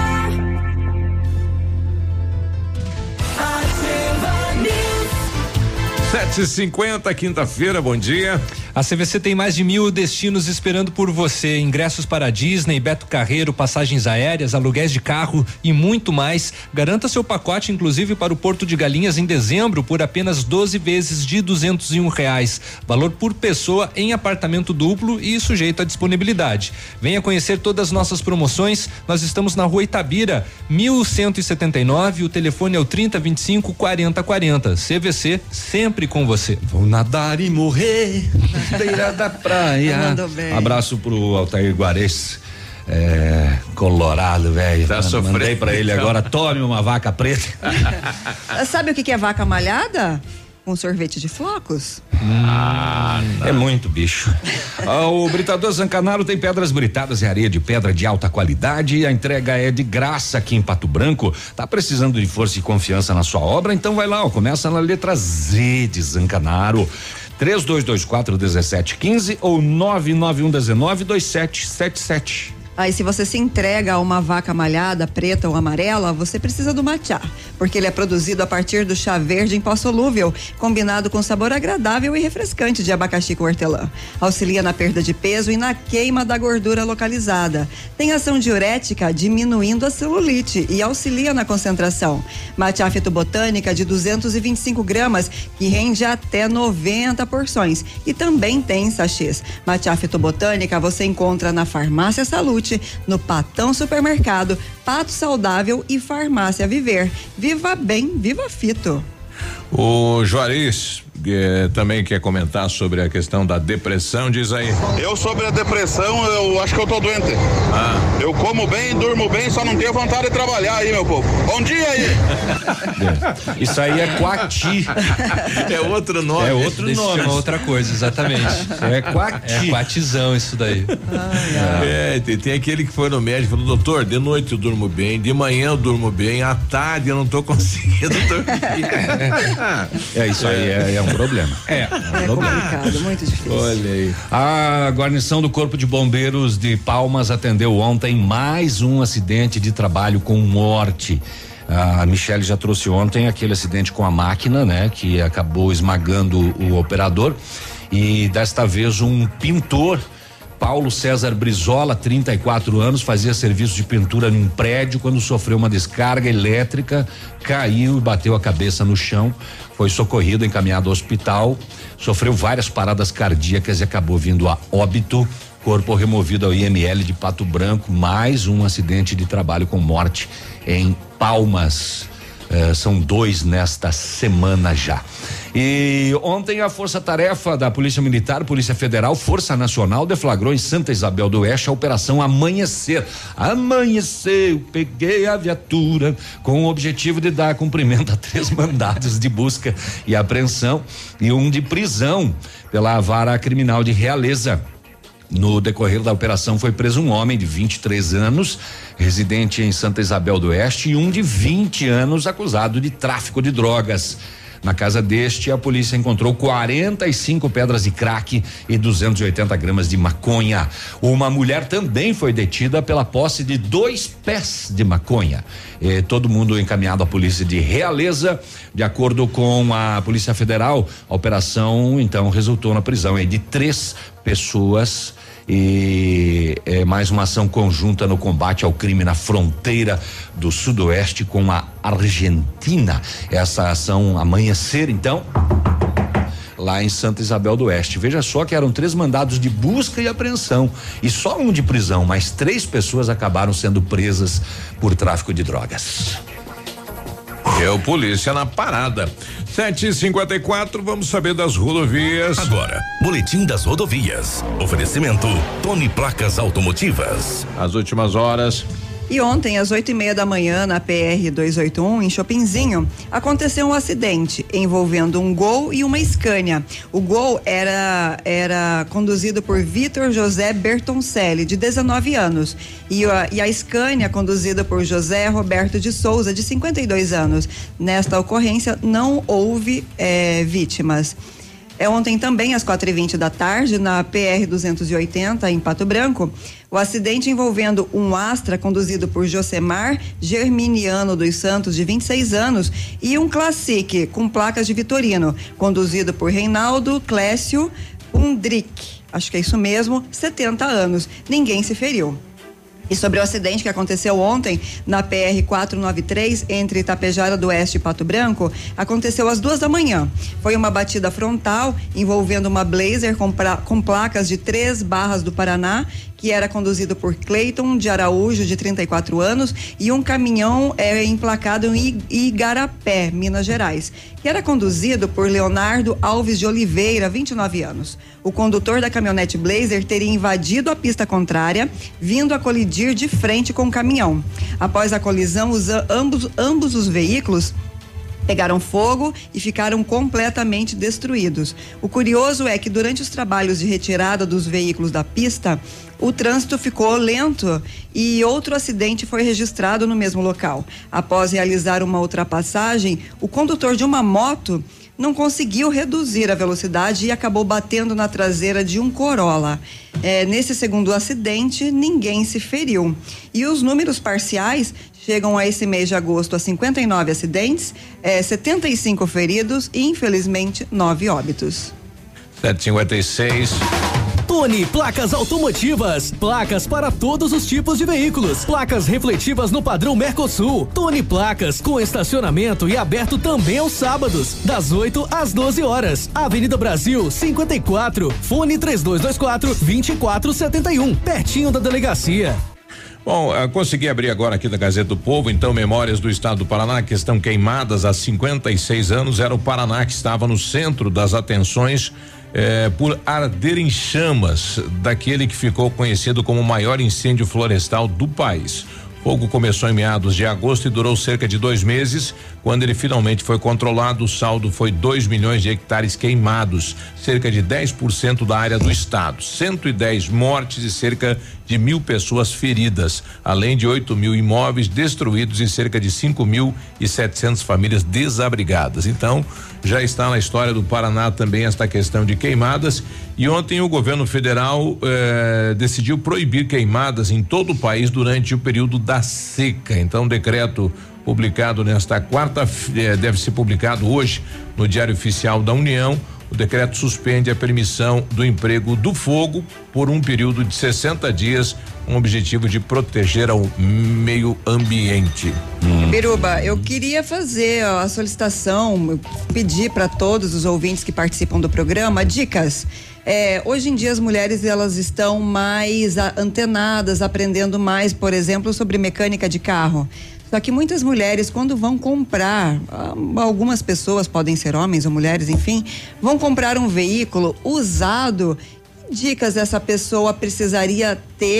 7h50, quinta-feira, bom dia. A CVC tem mais de 1.000 destinos esperando por você. Ingressos para Disney, Beto Carreiro, passagens aéreas, aluguéis de carro e muito mais. Garanta seu pacote, inclusive para o Porto de Galinhas em dezembro, por apenas 12 vezes de R$201. Valor por pessoa em apartamento duplo e sujeito à disponibilidade. Venha conhecer todas as nossas promoções. Nós estamos na Rua Itabira, 1179. O telefone é o 3025-4040. CVC, sempre com você. Vou nadar e morrer beira da praia. Abraço pro Altair Guarez, colorado, velho. Tá sofrendo. Mandei pra ele agora, tome uma vaca preta. Sabe o que é vaca malhada? Um sorvete de flocos. É muito bicho. O Britador Zancanaro tem pedras britadas e areia de pedra de alta qualidade. A entrega é de graça aqui em Pato Branco. Tá precisando de força e confiança na sua obra? Então vai lá, começa na letra Z de Zancanaro. 3224-1715 ou 99119-2777. Aí, se você se entrega a uma vaca malhada, preta ou amarela, você precisa do matcha, porque ele é produzido a partir do chá verde em pó solúvel, combinado com sabor agradável e refrescante de abacaxi com hortelã. Auxilia na perda de peso e na queima da gordura localizada. Tem ação diurética, diminuindo a celulite e auxilia na concentração. Matcha fitobotânica de 225 gramas, que rende até 90 porções. E também tem sachês. Matcha fitobotânica você encontra na Farmácia Salute, no Patão Supermercado, Pato Saudável e Farmácia Viver. Viva Bem, Viva Fito. O Juarez também quer comentar sobre a questão da depressão, diz aí. Eu sobre a depressão, eu acho que eu tô doente. Eu como bem, durmo bem, só não tenho vontade de trabalhar aí, meu povo. Bom dia aí. Isso aí é Quati. É outro nome. É outro nome. Outra coisa, exatamente. É Quati. É Quatizão isso daí. Tem aquele que foi no médico e falou: doutor, de noite eu durmo bem, de manhã eu durmo bem, à tarde eu não tô conseguindo dormir. Isso aí é um problema. É complicado, muito difícil. Olha aí. A guarnição do Corpo de Bombeiros de Palmas atendeu ontem mais um acidente de trabalho com morte. A Michele já trouxe ontem aquele acidente com a máquina, né? Que acabou esmagando o operador, e desta vez um pintor, Paulo César Brizola, 34 anos, fazia serviço de pintura num prédio quando sofreu uma descarga elétrica, caiu e bateu a cabeça no chão, foi socorrido, encaminhado ao hospital, sofreu várias paradas cardíacas e acabou vindo a óbito. Corpo removido ao IML de Pato Branco. Mais um acidente de trabalho com morte em Palmas. São 2 nesta semana já. E ontem a Força-Tarefa da Polícia Militar, Polícia Federal, Força Nacional deflagrou em Santa Isabel do Oeste a Operação Amanhecer. Amanheceu, peguei a viatura com o objetivo de dar cumprimento a 3 mandados de busca e apreensão e um de prisão pela Vara Criminal de Realeza. No decorrer da operação foi preso um homem de 23 anos, residente em Santa Isabel do Oeste, e um de 20 anos acusado de tráfico de drogas. Na casa deste, a polícia encontrou 45 pedras de crack e 280 gramas de maconha. Uma mulher também foi detida pela posse de 2 pés de maconha. Todo mundo encaminhado à polícia de Realeza. De acordo com a Polícia Federal, a operação então resultou na prisão de 3 pessoas e mais uma ação conjunta no combate ao crime na fronteira do Sudoeste com a Argentina. Essa ação Amanhecer, então, lá em Santa Isabel do Oeste. Veja só que eram 3 mandados de busca e apreensão e só um de prisão, mas 3 pessoas acabaram sendo presas por tráfico de drogas. É o Polícia na Parada. 7h54, vamos saber das rodovias. Agora, Boletim das Rodovias. Oferecimento Tony Placas Automotivas. As últimas horas. E ontem, às 8:30 da manhã, na PR 281, em Chopinzinho, aconteceu um acidente envolvendo um Gol e uma Scania. O Gol era conduzido por Vitor José Bertoncelli, de 19 anos, e a Scania conduzida por José Roberto de Souza, de 52 anos. Nesta ocorrência, não houve vítimas. Ontem também, às 4:20 da tarde, na PR 280, em Pato Branco, o acidente envolvendo um Astra conduzido por Josemar Germiniano dos Santos, de 26 anos, e um Classic com placas de Vitorino, conduzido por Reinaldo Clécio Undrick, acho que é isso mesmo, 70 anos. Ninguém se feriu. E sobre o acidente que aconteceu ontem na PR 493, entre Itapejara do Oeste e Pato Branco, aconteceu às 2 da manhã. Foi uma batida frontal envolvendo uma Blazer com placas de 3 Barras do Paraná, que era conduzido por Cleiton de Araújo, de 34 anos, e um caminhão emplacado em Igarapé, Minas Gerais, que era conduzido por Leonardo Alves de Oliveira, 29 anos. O condutor da caminhonete Blazer teria invadido a pista contrária, vindo a colidir de frente com o caminhão. Após a colisão, ambos os veículos pegaram fogo e ficaram completamente destruídos. O curioso é que durante os trabalhos de retirada dos veículos da pista, o trânsito ficou lento e outro acidente foi registrado no mesmo local. Após realizar uma ultrapassagem, o condutor de uma moto não conseguiu reduzir a velocidade e acabou batendo na traseira de um Corolla. Nesse segundo acidente, ninguém se feriu. E os números parciais chegam a esse mês de agosto a 59 acidentes, 75 feridos e, infelizmente, 9 óbitos. 7h56. Tony Placas Automotivas, placas para todos os tipos de veículos, placas refletivas no padrão Mercosul. Tony Placas com estacionamento e aberto também aos sábados, das 8 às 12 horas. Avenida Brasil 54, fone 3224-2471, pertinho da delegacia. Bom, consegui abrir agora aqui da Gazeta do Povo, então, memórias do estado do Paraná que estão queimadas há 56 anos. Era o Paraná que estava no centro das atenções por arder em chamas daquele que ficou conhecido como o maior incêndio florestal do país. O fogo começou em meados de agosto e durou cerca de 2 meses. Quando ele finalmente foi controlado, o saldo foi 2 milhões de hectares queimados, cerca de 10% da área do estado, 110 mortes e cerca de 1.000 pessoas feridas, além de 8.000 imóveis destruídos e cerca de 5.700 famílias desabrigadas. Então, já está na história do Paraná também esta questão de queimadas. E ontem o governo federal decidiu proibir queimadas em todo o país durante o período da seca. Então, decreto publicado nesta quarta-feira, deve ser publicado hoje no Diário Oficial da União. O decreto suspende a permissão do emprego do fogo por um período de 60 dias, com o objetivo de proteger ao meio ambiente. Biruba, eu queria fazer a solicitação, pedir para todos os ouvintes que participam do programa dicas. Hoje em dia as mulheres elas estão mais antenadas, aprendendo mais, por exemplo, sobre mecânica de carro. Só que muitas mulheres, quando vão comprar, algumas pessoas, podem ser homens ou mulheres, enfim, vão comprar um veículo usado. Que dicas essa pessoa precisaria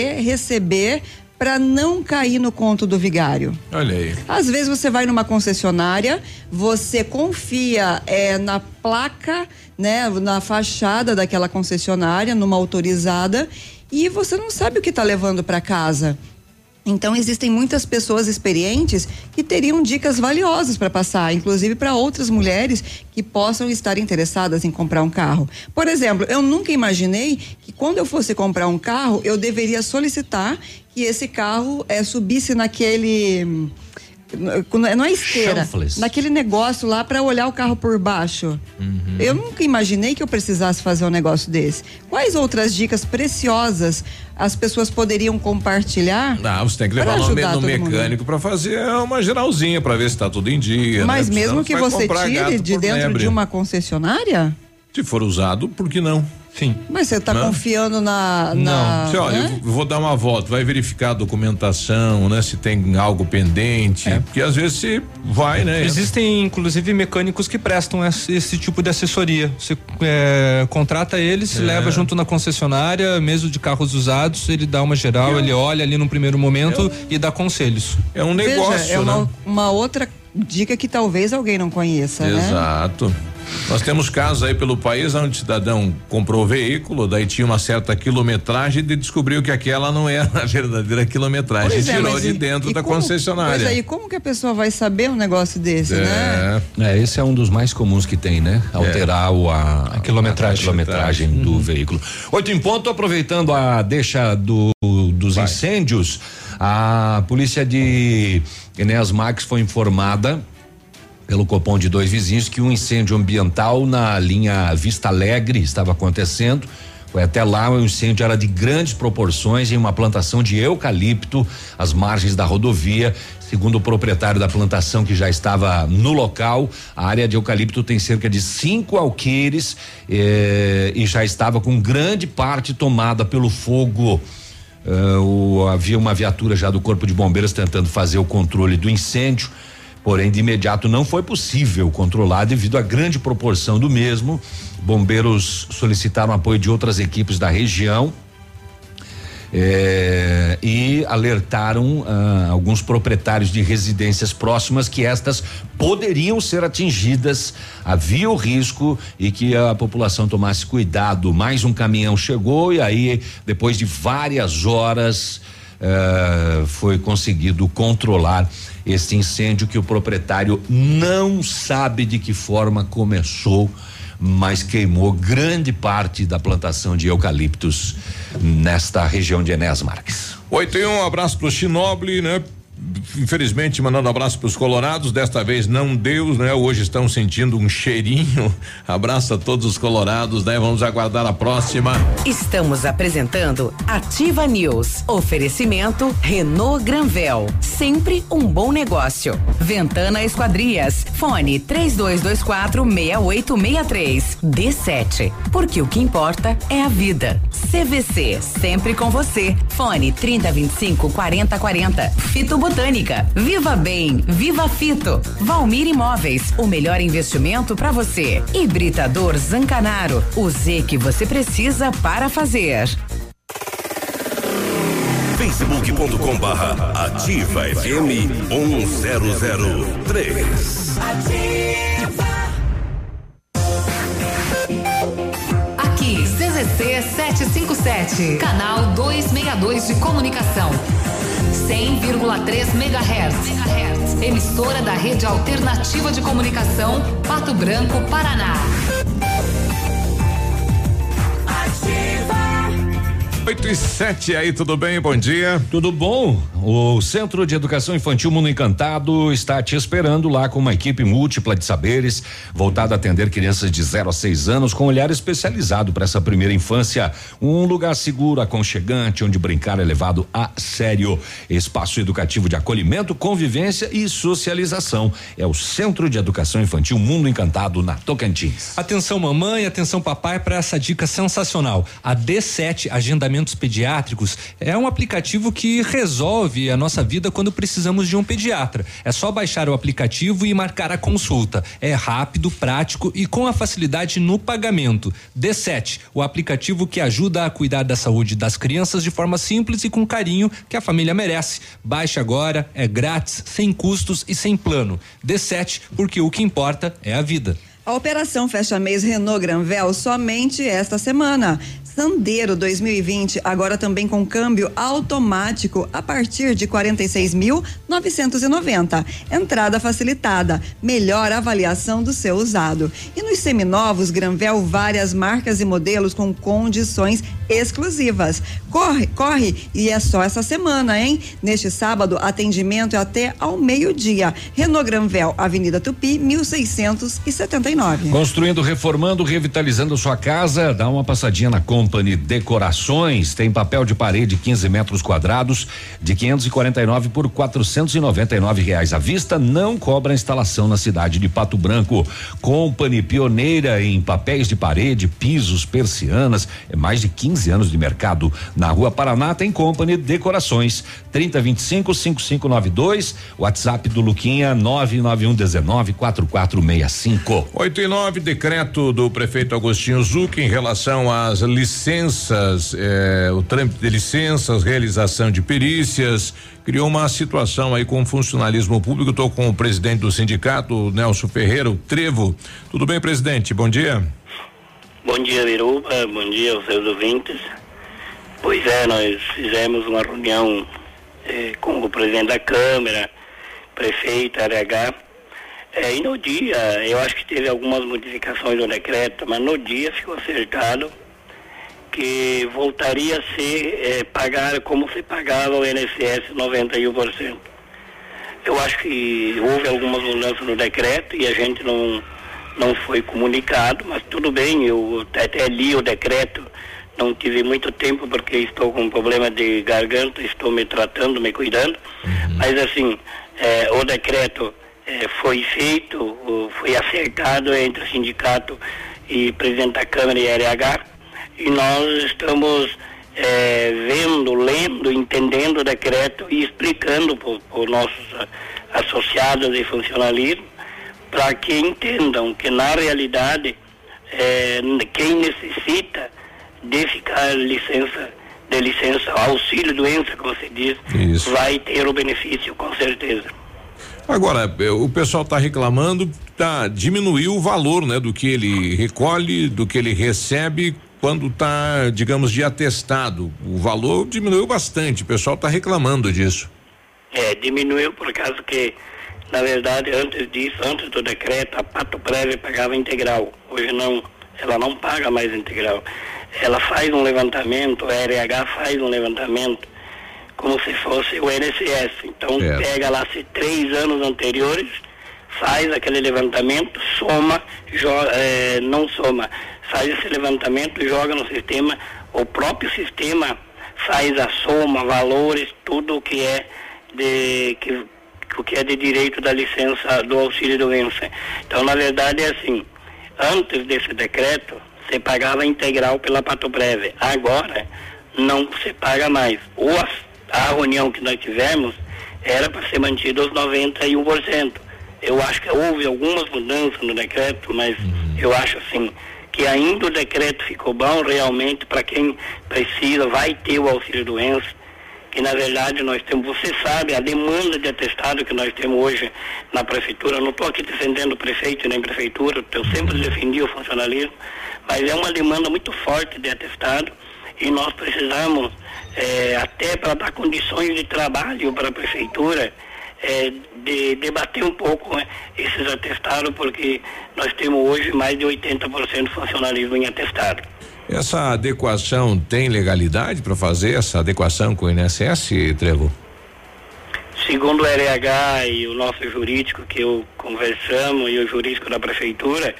receber para não cair no conto do vigário? Olha aí. Às vezes você vai numa concessionária, você confia na placa, né, na fachada daquela concessionária, numa autorizada, e você não sabe o que está levando para casa. Então existem muitas pessoas experientes que teriam dicas valiosas para passar, inclusive para outras mulheres que possam estar interessadas em comprar um carro. Por exemplo, eu nunca imaginei que quando eu fosse comprar um carro, eu deveria solicitar que esse carro subisse naquele, não é esteira, naquele negócio lá para olhar o carro por baixo. Eu nunca imaginei que eu precisasse fazer um negócio desse. Quais outras dicas preciosas as pessoas poderiam compartilhar? Você tem que levar no mecânico para fazer uma geralzinha para ver se está tudo em dia. Mas né? Mesmo que você tire de dentro de uma concessionária? Se for usado, por que não? Sim. Mas você está confiando na. Não. Olha, eu vou dar uma volta, vai verificar a documentação, né? Se tem algo pendente. Porque às vezes se vai, né? Existem, inclusive, mecânicos que prestam esse tipo de assessoria. Você contrata eles, leva junto na concessionária, mesmo de carros usados, ele dá uma geral, ele olha ali num primeiro momento e dá conselhos. É um negócio, Veja, uma outra dica que talvez alguém não conheça, né? Exato. Nós temos casos aí pelo país onde o cidadão comprou o veículo, daí tinha uma certa quilometragem e descobriu que aquela não era a verdadeira quilometragem e tirou de dentro da concessionária. Mas aí, como que a pessoa vai saber um negócio desse, né? Esse é um dos mais comuns que tem, né? Alterar a quilometragem do veículo. 8 em ponto, aproveitando a deixa dos incêndios, a polícia de Enéas Marques foi informada pelo Copom de 2 vizinhos que um incêndio ambiental na linha Vista Alegre estava acontecendo. Foi até lá, o incêndio era de grandes proporções em uma plantação de eucalipto às margens da rodovia. Segundo o proprietário da plantação que já estava no local, a área de eucalipto tem cerca de 5 alqueires e já estava com grande parte tomada pelo fogo. Havia uma viatura já do Corpo de Bombeiros tentando fazer o controle do incêndio. Porém, de imediato não foi possível controlar devido à grande proporção do mesmo. Bombeiros solicitaram apoio de outras equipes da região e alertaram alguns proprietários de residências próximas que estas poderiam ser atingidas, havia o risco e que a população tomasse cuidado. Mais um caminhão chegou e aí, depois de várias horas, foi conseguido controlar este incêndio que o proprietário não sabe de que forma começou, mas queimou grande parte da plantação de eucaliptos nesta região de Enéas Marques. 8-1, abraço pro Chinoble, né? Infelizmente, mandando abraço pros colorados, desta vez não deu, né? Hoje estão sentindo um cheirinho. Abraço a todos os colorados, né? Vamos aguardar a próxima. Estamos apresentando Ativa News. Oferecimento Renault Granvel, sempre um bom negócio. Ventana Esquadrias, fone 3224-6863. D7, porque o que importa é a vida. CVC, sempre com você. Fone 3025-4040. Fito Botânica, Viva Bem, Viva Fito, Valmir Imóveis, o melhor investimento para você. Hibridador Zancanaro, o Z que você precisa para fazer. Facebook.com/Ativa FM 1003. Aqui, CZC 757, canal 262 de comunicação. 100,3 MHz. Emissora da Rede Alternativa de Comunicação, Pato Branco, Paraná. 8:07, aí, tudo bem? Bom dia. Tudo bom? O Centro de Educação Infantil Mundo Encantado está te esperando lá com uma equipe múltipla de saberes, voltada a atender crianças de 0 a 6 anos com olhar especializado para essa primeira infância. Um lugar seguro, aconchegante, onde brincar é levado a sério. Espaço educativo de acolhimento, convivência e socialização. É o Centro de Educação Infantil Mundo Encantado, na Tocantins. Atenção mamãe, atenção papai para essa dica sensacional. A D7 Agendamentos Pediátricos é um aplicativo que resolve a nossa vida quando precisamos de um pediatra. É só baixar o aplicativo e marcar a consulta. É rápido, prático e com a facilidade no pagamento. D7, o aplicativo que ajuda a cuidar da saúde das crianças de forma simples e com carinho que a família merece. Baixe agora, é grátis, sem custos e sem plano. D7, porque o que importa é a vida. A operação Fecha Mês Renault Granvel somente esta semana. Sandero 2020, agora também com câmbio automático a partir de 46.990. Entrada facilitada, melhor avaliação do seu usado. E nos seminovos Granvel, várias marcas e modelos com condições exclusivas. Corre e é só essa semana, hein? Neste sábado, atendimento é até ao meio-dia. Renault Granvel, Avenida Tupi, 1679. Construindo, reformando, revitalizando sua casa, dá uma passadinha na Conte Company Decorações tem papel de parede 15 metros quadrados de 549 por R$ 499 à vista, não cobra instalação na cidade de Pato Branco. Company, pioneira em papéis de parede, pisos, persianas, é mais de 15 anos de mercado. Na Rua Paraná tem Company Decorações, 3025-5592, WhatsApp do Luquinha 991194465. 8 e 9, decreto do prefeito Agostinho Zucchi em relação às licenças, o trâmite de licenças, realização de perícias, criou uma situação aí com o funcionalismo público. Estou com o presidente do sindicato, Nelson Ferreira, o Trevo. Tudo bem, presidente? Bom dia. Bom dia, Biruba. Bom dia aos seus ouvintes. Pois é, nós fizemos uma reunião com o presidente da Câmara, prefeito, RH. E no dia, eu acho que teve algumas modificações no decreto, mas no dia ficou acertado que voltaria a ser pagar como se pagava o INSS 91%. Eu acho que houve algumas mudanças no decreto e a gente não foi comunicado, mas tudo bem, eu até li o decreto, não tive muito tempo porque estou com um problema de garganta, estou me tratando, me cuidando, mas assim, o decreto foi feito, foi acertado entre o sindicato e presidente da Câmara e RH, e nós estamos vendo, lendo, entendendo o decreto e explicando para os nossos associados e funcionalismo, para que entendam que na realidade quem necessita de ficar licença, auxílio doença, como você diz, vai ter o benefício com certeza. Agora, o pessoal está reclamando, diminuiu o valor, né, do que ele recolhe, do que ele recebe quando está, digamos, de atestado. O valor diminuiu bastante, o pessoal está reclamando disso. Diminuiu por causa que, na verdade, antes do decreto, a Pato Prévia pagava integral. Hoje não, ela não paga mais integral. Ela faz um levantamento, a RH faz um levantamento como se fosse o INSS. Então pega lá se 3 anos anteriores, faz aquele levantamento, soma, não soma, faz esse levantamento, joga no sistema, o próprio sistema faz a soma, valores, tudo o que é de direito da licença do auxílio doença. Então, na verdade, é assim, antes desse decreto, você pagava integral pela Pato Prévia. Agora, não se paga mais. A reunião que nós tivemos era para ser mantido os 91%. Eu acho que houve algumas mudanças no decreto, mas eu acho assim, que ainda o decreto ficou bom realmente para quem precisa, vai ter o auxílio doença, que na verdade nós temos, você sabe, a demanda de atestado que nós temos hoje na prefeitura, eu não estou aqui defendendo o prefeito nem prefeitura, eu sempre defendi o funcionalismo, mas é uma demanda muito forte de atestado e nós precisamos, até para dar condições de trabalho para a prefeitura, de debater um pouco esses atestados, porque nós temos hoje mais de 80% de funcionalismo em atestado. Essa adequação tem legalidade para fazer essa adequação com o INSS, Trevo? Segundo o RH e o nosso jurídico que eu conversamos e o jurídico da prefeitura,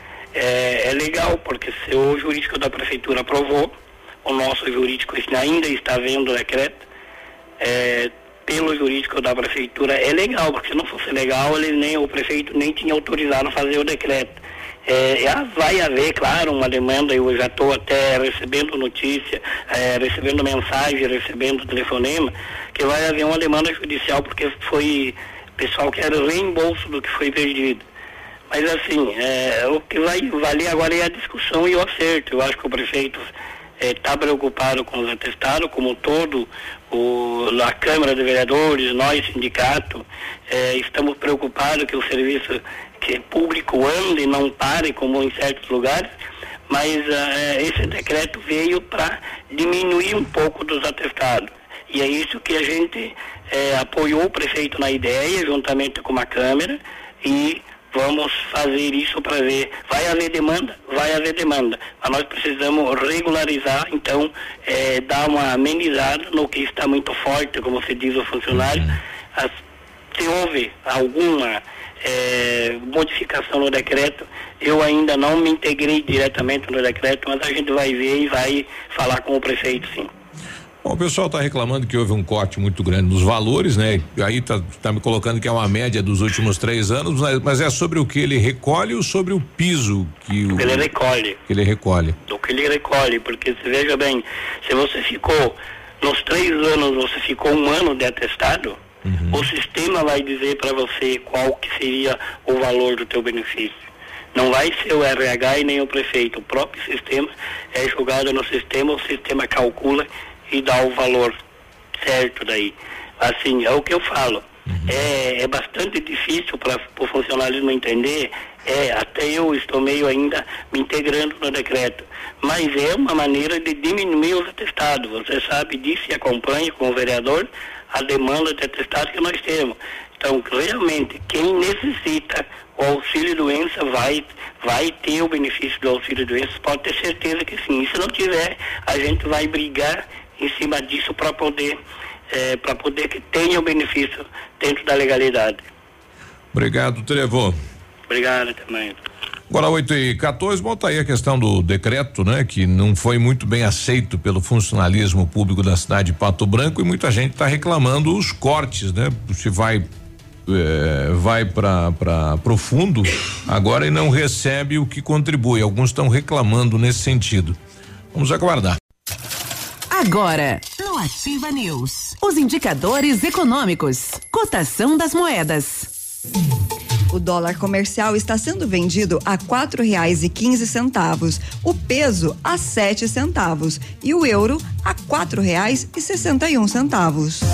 é legal, porque se o jurídico da prefeitura aprovou, o nosso jurídico ainda está vendo o decreto, pelo jurídico da prefeitura é legal, porque se não fosse legal, o prefeito nem tinha autorizado a fazer o decreto. Vai haver, claro, uma demanda, eu já estou até recebendo notícia, recebendo mensagem, recebendo telefonema, que vai haver uma demanda judicial, porque foi pessoal que era o reembolso do que foi perdido. Mas assim, o que vai valer agora é a discussão e o acerto. Eu acho que o prefeito está preocupado com os atestados, como todo a Câmara de Vereadores, nós, sindicato, estamos preocupados que o serviço público ande e não pare, como em certos lugares, mas esse decreto veio para diminuir um pouco dos atestados. E é isso que a gente apoiou o prefeito na ideia, juntamente com a Câmara, e vamos fazer isso para ver. Vai haver demanda, mas nós precisamos regularizar, então dar uma amenizada no que está muito forte, como se diz o funcionário. Se houve alguma modificação no decreto. Eu ainda não me integrei diretamente no decreto, mas a gente vai ver e vai falar com o prefeito, sim. Bom, o pessoal está reclamando que houve um corte muito grande nos valores, né? Aí tá me colocando que é uma média dos últimos 3 anos, mas é sobre o que ele recolhe ou sobre o piso que ele recolhe. Que ele recolhe. Do que ele recolhe, porque você veja bem, se você ficou nos 3 anos, você ficou 1 ano de atestado, o sistema vai dizer para você qual que seria o valor do teu benefício. Não vai ser o RH e nem o prefeito. O próprio sistema é jogado no sistema, o sistema calcula e dá o valor certo daí. Assim, é o que eu falo. É bastante difícil para o funcionalismo entender. Até eu estou meio ainda me integrando no decreto. Mas é uma maneira de diminuir os atestados. Você sabe disso e acompanha com o vereador a demanda de atestado que nós temos. Então, realmente, quem necessita o auxílio-doença vai ter o benefício do auxílio-doença, pode ter certeza que sim. E se não tiver, a gente vai brigar em cima disso para poder que tenha o benefício dentro da legalidade. Obrigado, Trevo. Obrigado também. Agora 8h14, bota aí a questão do decreto, né? Que não foi muito bem aceito pelo funcionalismo público da cidade de Pato Branco e muita gente está reclamando os cortes, né? Se vai para pro fundo agora e não recebe o que contribui. Alguns estão reclamando nesse sentido. Vamos aguardar. Agora, no Ativa News, os indicadores econômicos, cotação das moedas. O dólar comercial está sendo vendido a R$4,15, o peso a 7 centavos e o euro a R$4,61.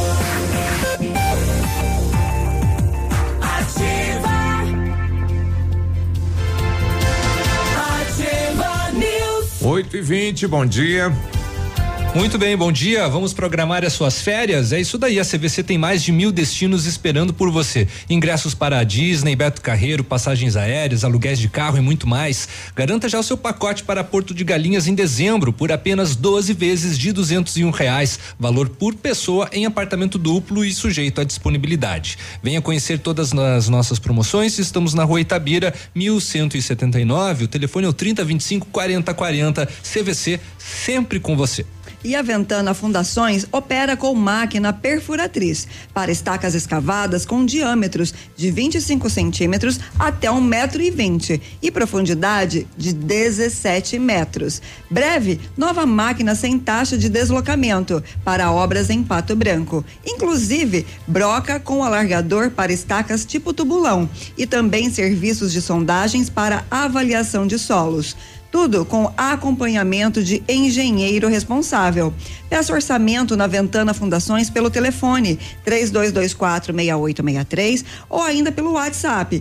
Ativa News. 8h20, bom dia. Muito bem, bom dia. Vamos programar as suas férias? É isso daí. A CVC tem mais de 1.000 destinos esperando por você. Ingressos para a Disney, Beto Carreiro, passagens aéreas, aluguéis de carro e muito mais. Garanta já o seu pacote para Porto de Galinhas em dezembro por apenas 12 vezes de R$201. Valor por pessoa em apartamento duplo e sujeito à disponibilidade. Venha conhecer todas as nossas promoções. Estamos na Rua Itabira, 1179. O telefone é o 3025-4040. CVC, sempre com você. E a Ventana Fundações opera com máquina perfuratriz para estacas escavadas com diâmetros de 25 centímetros até 1,20 m e profundidade de 17 metros. Breve, nova máquina sem taxa de deslocamento para obras em Pato Branco. Inclusive, broca com alargador para estacas tipo tubulão e também serviços de sondagens para avaliação de solos. Tudo com acompanhamento de engenheiro responsável. Peça orçamento na Ventana Fundações pelo telefone 3224-6863 ou ainda pelo WhatsApp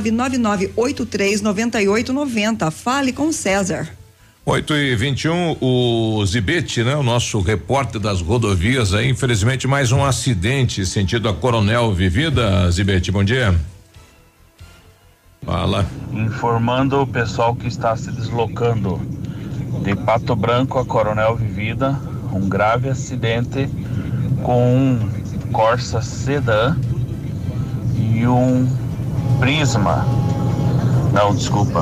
999839890. Fale com César. 8h21, o Zibete, né? O nosso repórter das rodovias aí, infelizmente mais um acidente sentido a Coronel Vivida. Zibete, bom dia. Fala. Informando o pessoal que está se deslocando de Pato Branco a Coronel Vivida, um grave acidente com um Corsa Sedan e um Prisma. Não, desculpa.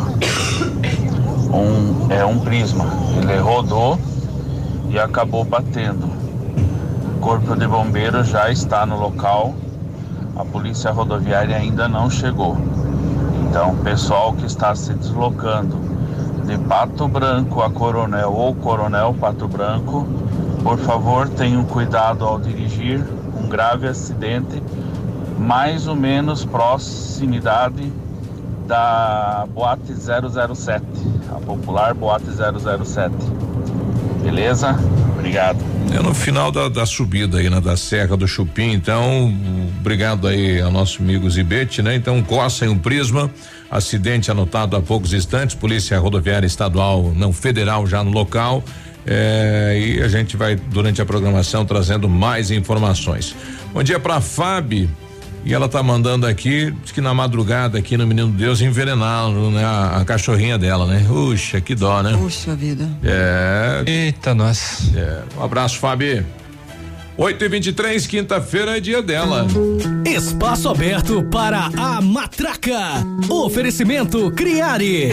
Um Prisma. Ele rodou e acabou batendo. O Corpo de Bombeiros já está no local. A Polícia Rodoviária ainda não chegou. Então, pessoal que está se deslocando de Pato Branco a Coronel ou Coronel Pato Branco, por favor, tenham cuidado ao dirigir. Um grave acidente, mais ou menos proximidade da Boate 007, a popular Boate 007. Beleza? Obrigado. É no final da subida aí, né? Da Serra do Chupim, então, obrigado aí ao nosso amigo Zibete, né? Então, Corsa e um Prisma, acidente anotado há poucos instantes, Polícia Rodoviária Estadual, não federal, já no local, e a gente vai, durante a programação, trazendo mais informações. Bom dia pra Fábio, e ela tá mandando aqui, diz que na madrugada aqui no Menino Deus envenenaram, né? A cachorrinha dela, né? Puxa, que dó, né? Puxa vida. Eita, nós. Um abraço, Fábio. 8h23, quinta-feira é dia dela. Espaço aberto para a matraca. Oferecimento Criare.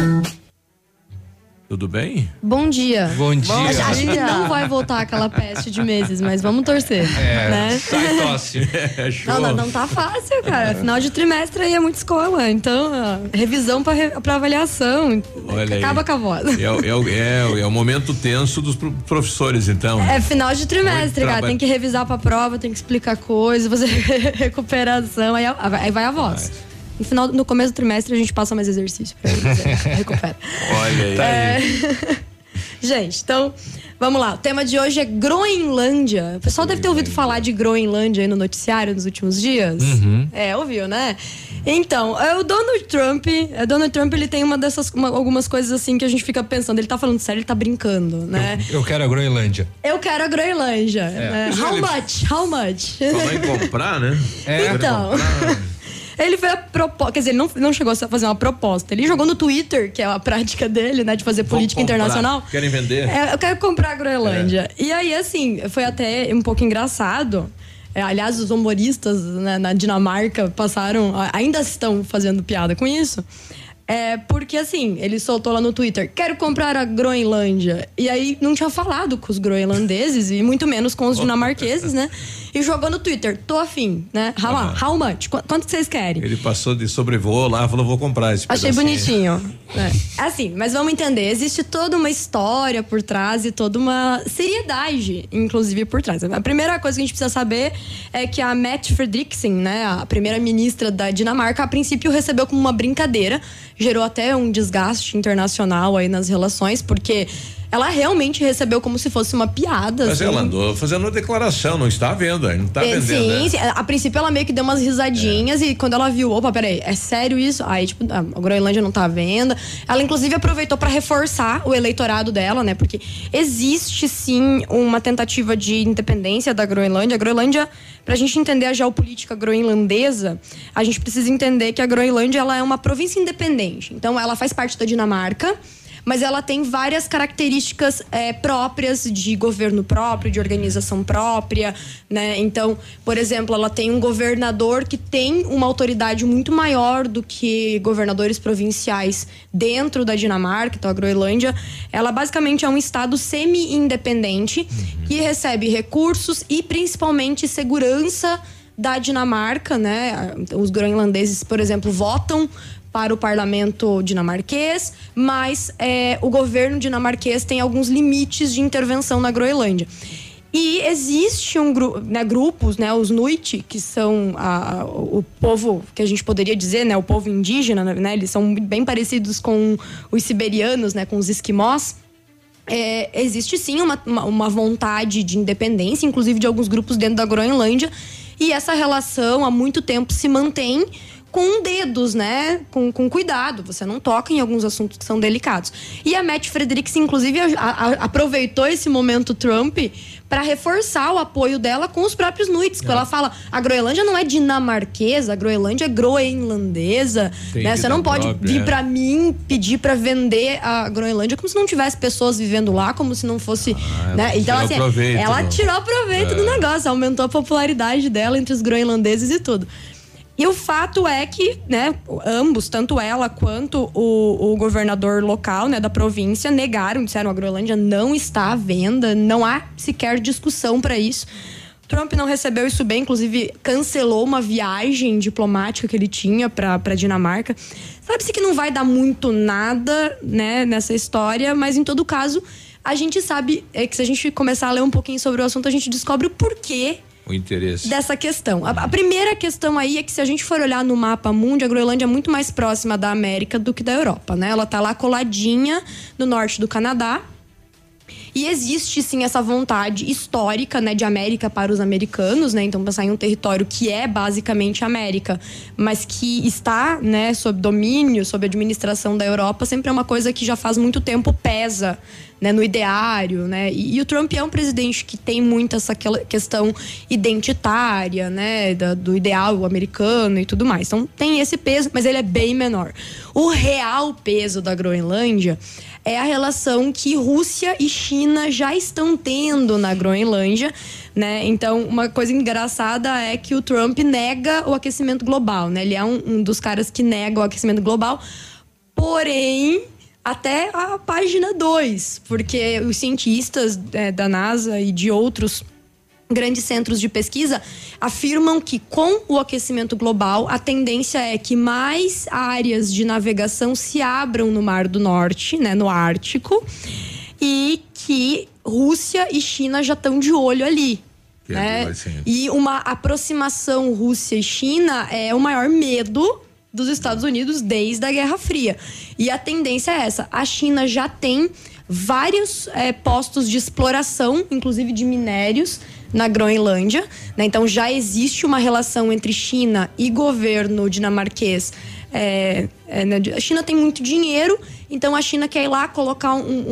Tudo bem? Bom dia. Bom dia. Acho que não vai voltar aquela peste de meses, mas vamos torcer. Né? Sai tosse. Não tá fácil, cara. Final de trimestre aí é muita escola. Então, revisão pra avaliação. Olha acaba aí. com a voz. É o momento tenso dos professores, então. É final de trimestre, cara. Tem que revisar pra prova, tem que explicar coisas, fazer recuperação. Aí vai a voz. No começo do trimestre a gente passa mais exercício pra eles, recupera. Olha aí. Gente, então, vamos lá. O tema de hoje é Groenlândia. O pessoal deve ter ouvido falar de Groenlândia aí no noticiário nos últimos dias. Uhum. Ouviu, né? Então, o Donald Trump, ele tem algumas coisas assim que a gente fica pensando, ele tá falando sério, ele tá brincando, né? Eu quero a Groenlândia. Eu quero a Groenlândia. Né? How much? Falou em comprar, né? Então... Ele fez a proposta, quer dizer, ele não chegou a fazer uma proposta. Ele jogou no Twitter, que é a prática dele, né, de fazer política internacional. Querem vender? Eu quero comprar a Groenlândia. E aí, assim, foi até um pouco engraçado. Aliás, os humoristas, né, na Dinamarca ainda estão fazendo piada com isso. Porque assim, ele soltou lá no Twitter, quero comprar a Groenlândia. E aí não tinha falado com os groenlandeses e muito menos com os dinamarqueses, né? E jogou no Twitter, tô afim, né? How much? Quanto que vocês querem? Ele passou de sobrevoou lá, falou, vou comprar esse Achei pedacinho. bonitinho. Assim, mas vamos entender, existe toda uma história por trás e toda uma seriedade, inclusive, por trás. A primeira coisa que a gente precisa saber é que a Mette Frederiksen, né, a primeira-ministra da Dinamarca, a princípio recebeu como uma brincadeira, gerou até um desgaste internacional aí nas relações, porque ela realmente recebeu como se fosse uma piada. Mas assim. ela andou fazendo uma declaração, não está à venda, não está vendendo. Sim, a princípio ela meio que deu umas risadinhas e quando ela viu, opa, peraí, é sério isso? Aí, tipo, a Groenlândia não tá à venda. Ela, inclusive, aproveitou para reforçar o eleitorado dela, né? Porque existe, sim, uma tentativa de independência da Groenlândia. A Groenlândia, pra gente entender a geopolítica groenlandesa, a gente precisa entender que a Groenlândia, ela é uma província independente. Então, ela faz parte da Dinamarca, mas ela tem várias características próprias de governo próprio, de organização própria, né? Então, por exemplo, ela tem um governador que tem uma autoridade muito maior do que governadores provinciais dentro da Dinamarca. Então, a Groenlândia, ela basicamente é um estado semi-independente que recebe recursos e principalmente segurança da Dinamarca, né? Os groenlandeses, por exemplo, votam para o parlamento dinamarquês, mas o governo dinamarquês tem alguns limites de intervenção na Groenlândia. E existe grupos, né, os Inuit, que são o povo que a gente poderia dizer, né, o povo indígena, né, eles são bem parecidos com os siberianos, né, com os esquimós. Existe sim uma vontade de independência, inclusive de alguns grupos dentro da Groenlândia, e essa relação há muito tempo se mantém com dedos, né? Com cuidado. Você não toca em alguns assuntos que são delicados. E a Mette Frederiksen, inclusive, aproveitou esse momento Trump para reforçar o apoio dela com os próprios Inuits. Ela fala, a Groenlândia não é dinamarquesa, a Groenlândia é groenlandesa. Né? Você não pode vir para mim pedir para vender a Groenlândia como se não tivesse pessoas vivendo lá, como se não fosse... né? Então, assim, ela tirou proveito do negócio, aumentou a popularidade dela entre os groenlandeses e tudo. E o fato é que, né, ambos, tanto ela quanto o governador local, né, da província, negaram, disseram, a Groenlândia não está à venda, não há sequer discussão para isso. Trump não recebeu isso bem, inclusive cancelou uma viagem diplomática que ele tinha para Dinamarca. Sabe-se que não vai dar muito nada, né, nessa história, mas em todo caso, a gente sabe que se a gente começar a ler um pouquinho sobre o assunto, a gente descobre o porquê o interesse dessa questão. A primeira questão aí é que, se a gente for olhar no mapa mundo, a Groenlândia é muito mais próxima da América do que da Europa, né? Ela tá lá coladinha no norte do Canadá. E existe, sim, essa vontade histórica, né, de América para os americanos, né? Então, pensar em um território que é basicamente América, mas que está, né, sob domínio, sob administração da Europa, sempre é uma coisa que já faz muito tempo pesa, né, no ideário, né? E o Trump é um presidente que tem muito essa questão identitária, né, do ideal americano e tudo mais. Então, tem esse peso, mas ele é bem menor. O real peso da Groenlândia é a relação que Rússia e China China já estão tendo na Groenlândia, né? Então, uma coisa engraçada é que o Trump nega o aquecimento global, né? Ele é um dos caras que nega o aquecimento global, porém, até a página 2, porque os cientistas da NASA e de outros grandes centros de pesquisa afirmam que com o aquecimento global a tendência é que mais áreas de navegação se abram no Mar do Norte, né, no Ártico, e que Rússia e China já estão de olho ali. Né? E uma aproximação Rússia e China é o maior medo dos Estados Unidos desde a Guerra Fria. E a tendência é essa. A China já tem vários postos de exploração, inclusive de minérios, na Groenlândia, né? Então já existe uma relação entre China e governo dinamarquês. A China tem muito dinheiro, então a China quer ir lá colocar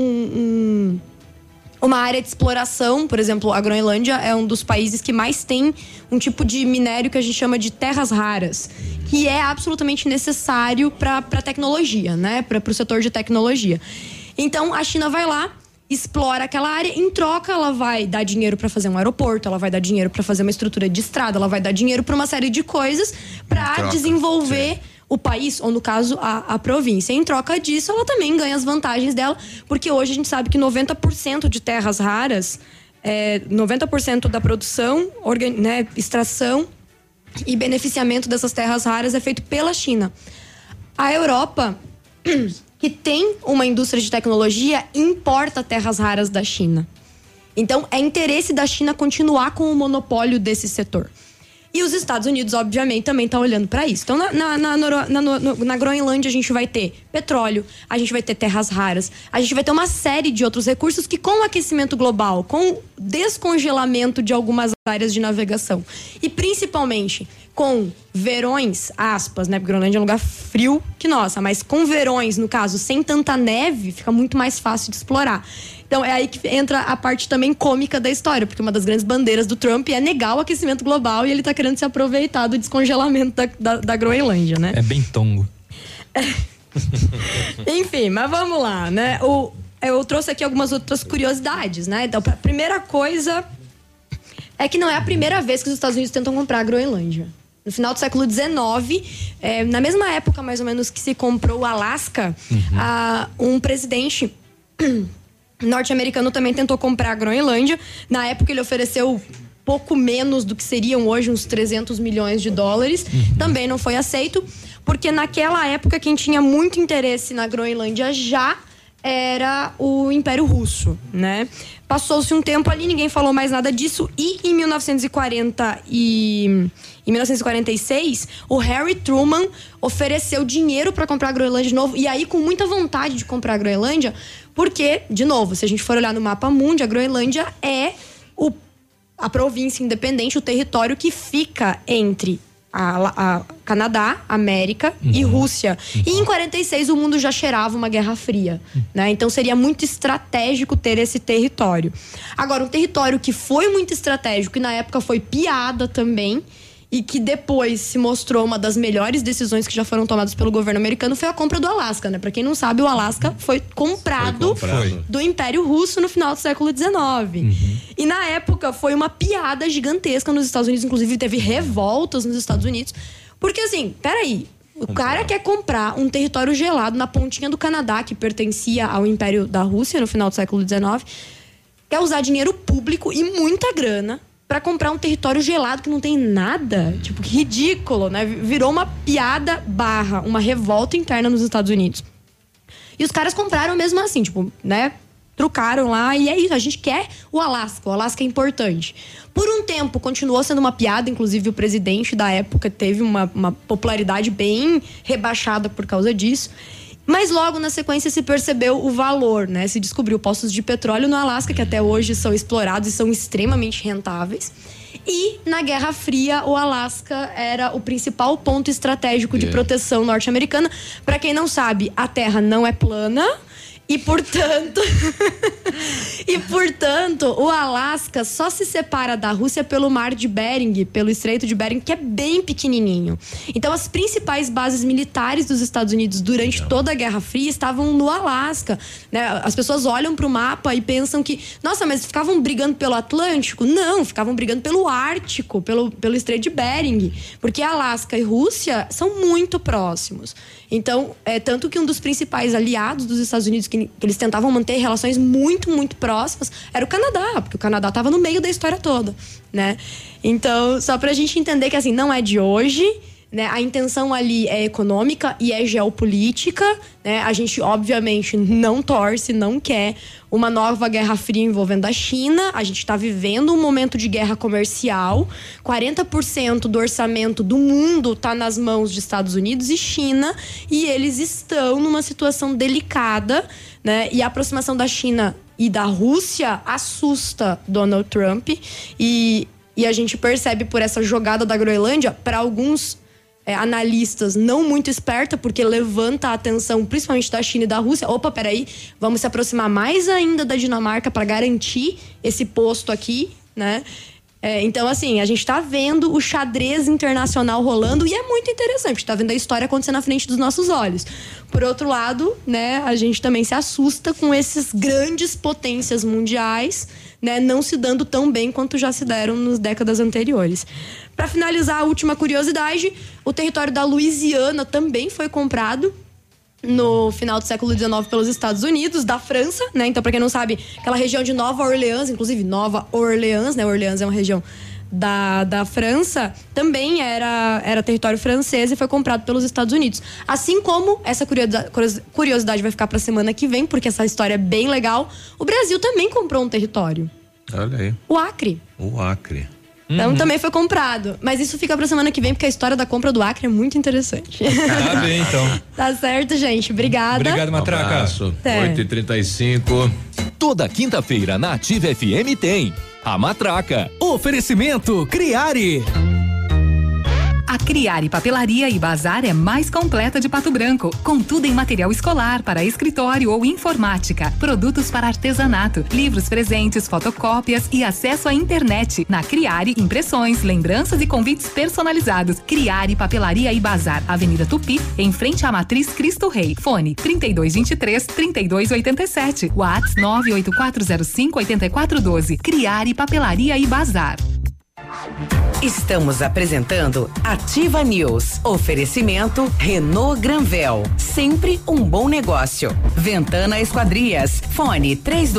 uma área de exploração. Por exemplo, a Groenlândia é um dos países que mais tem um tipo de minério que a gente chama de terras raras, que é absolutamente necessário para a tecnologia, né? Para o setor de tecnologia. Então a China vai lá, explora aquela área, em troca ela vai dar dinheiro para fazer um aeroporto, ela vai dar dinheiro para fazer uma estrutura de estrada, ela vai dar dinheiro para uma série de coisas para desenvolver o país, ou no caso a província. Em troca disso, ela também ganha as vantagens dela, porque hoje a gente sabe que 90% de terras raras, 90% da produção, né, extração e beneficiamento dessas terras raras é feito pela China. A Europa, que tem uma indústria de tecnologia, importa terras raras da China. Então, é interesse da China continuar com o monopólio desse setor. E os Estados Unidos, obviamente, também estão olhando para isso. Então, na Groenlândia, a gente vai ter petróleo, a gente vai ter terras raras, a gente vai ter uma série de outros recursos que, com o aquecimento global, com o descongelamento de algumas áreas de navegação e, principalmente, com verões, aspas, né? Porque Groenlândia é um lugar frio que nossa, mas com verões, no caso, sem tanta neve, fica muito mais fácil de explorar. Então é aí que entra a parte também cômica da história, porque uma das grandes bandeiras do Trump é negar o aquecimento global e ele tá querendo se aproveitar do descongelamento da Groenlândia, né? É bem tongo. Enfim, mas vamos lá, né? Eu trouxe aqui algumas outras curiosidades, né? Então, a primeira coisa é que não é a primeira vez que os Estados Unidos tentam comprar a Groenlândia. No final do século XIX, na mesma época mais ou menos que se comprou o Alasca, um presidente norte-americano também tentou comprar a Groenlândia. Na época ele ofereceu pouco menos do que seriam hoje uns 300 milhões de dólares. Também não foi aceito, porque naquela época quem tinha muito interesse na Groenlândia já era o Império Russo, né? Passou-se um tempo ali, ninguém falou mais nada disso, e em 1946, o Harry Truman ofereceu dinheiro para comprar a Groenlândia de novo, e aí com muita vontade de comprar a Groenlândia, porque, de novo, se a gente for olhar no mapa mundi, a Groenlândia é a província independente, o território que fica entre a Canadá, América e Rússia. E em 46 o mundo já cheirava uma Guerra Fria, né? Então seria muito estratégico ter esse território. Agora, um território que foi muito estratégico e na época foi piada também, e que depois se mostrou uma das melhores decisões que já foram tomadas pelo governo americano, foi a compra do Alasca, né? Pra quem não sabe, o Alasca foi comprado do Império Russo no final do século XIX. E na época foi uma piada gigantesca nos Estados Unidos, inclusive teve revoltas nos Estados Unidos, porque assim, peraí, o cara quer comprar um território gelado na pontinha do Canadá, que pertencia ao Império da Rússia no final do século XIX, quer usar dinheiro público e muita grana pra comprar um território gelado que não tem nada. Tipo, que ridículo, né? Virou uma piada / uma revolta interna nos Estados Unidos. E os caras compraram mesmo assim, tipo, né? Trucaram lá e é isso, a gente quer o Alasca. O Alasca é importante. Por um tempo, continuou sendo uma piada, inclusive o presidente da época teve uma popularidade bem rebaixada por causa disso. Mas logo na sequência se percebeu o valor, né? Se descobriu postos de petróleo no Alasca, que até hoje são explorados e são extremamente rentáveis. E na Guerra Fria, o Alasca era o principal ponto estratégico de proteção norte-americana. Para quem não sabe, a Terra não é plana E portanto, o Alasca só se separa da Rússia pelo Mar de Bering, pelo Estreito de Bering, que é bem pequenininho. Então, as principais bases militares dos Estados Unidos durante toda a Guerra Fria estavam no Alasca, né? As pessoas olham para o mapa e pensam que, nossa, mas ficavam brigando pelo Atlântico? Não, ficavam brigando pelo Ártico, pelo Estreito de Bering, porque Alasca e Rússia são muito próximos. Então, tanto que um dos principais aliados dos Estados Unidos, que eles tentavam manter relações muito, muito próximas, era o Canadá, porque o Canadá estava no meio da história toda, né? Então, só pra gente entender que, assim, não é de hoje, né? A intenção ali é econômica e é geopolítica, né? A gente, obviamente, não torce, não quer uma nova Guerra Fria envolvendo a China. A gente está vivendo um momento de guerra comercial. 40% do orçamento do mundo está nas mãos de Estados Unidos e China, e eles estão numa situação delicada, né? E a aproximação da China e da Rússia assusta Donald Trump, e a gente percebe por essa jogada da Groenlândia, para alguns analistas não muito esperta, porque levanta a atenção principalmente da China e da Rússia. Opa, peraí, vamos se aproximar mais ainda da Dinamarca para garantir esse posto aqui, né? Então, assim, a gente tá vendo o xadrez internacional rolando e é muito interessante, a gente tá vendo a história acontecer na frente dos nossos olhos. Por outro lado, né, a gente também se assusta com esses grandes potências mundiais, né, não se dando tão bem quanto já se deram nas décadas anteriores. Para finalizar, a última curiosidade, o território da Louisiana também foi comprado no final do século XIX pelos Estados Unidos, da França, né? Então, para quem não sabe, aquela região de Nova Orleans, inclusive Nova Orleans, né? Orleans é uma região da França, também era território francês e foi comprado pelos Estados Unidos. Assim como essa curiosidade vai ficar para a semana que vem, porque essa história é bem legal, o Brasil também comprou um território. Olha aí. O Acre. O Acre. Então também foi comprado. Mas isso fica pra semana que vem, porque a história da compra do Acre é muito interessante. Tá bem, então. Tá certo, gente. Obrigada. Obrigado, Matraca. Um abraço. 8h35. Toda quinta-feira na Ativa FM tem a Matraca. Oferecimento Criare. A Criare Papelaria e Bazar é mais completa de Pato Branco, com tudo em material escolar, para escritório ou informática, produtos para artesanato, livros presentes, fotocópias e acesso à internet. Na Criare, impressões, lembranças e convites personalizados. Criare Papelaria e Bazar, Avenida Tupi, em frente à Matriz Cristo Rei. Fone 3223-3287, WhatsApp 98405-8412. Criare Papelaria e Bazar. Estamos apresentando Ativa News. Oferecimento Renault Granvel, sempre um bom negócio. Ventana Esquadrias, fone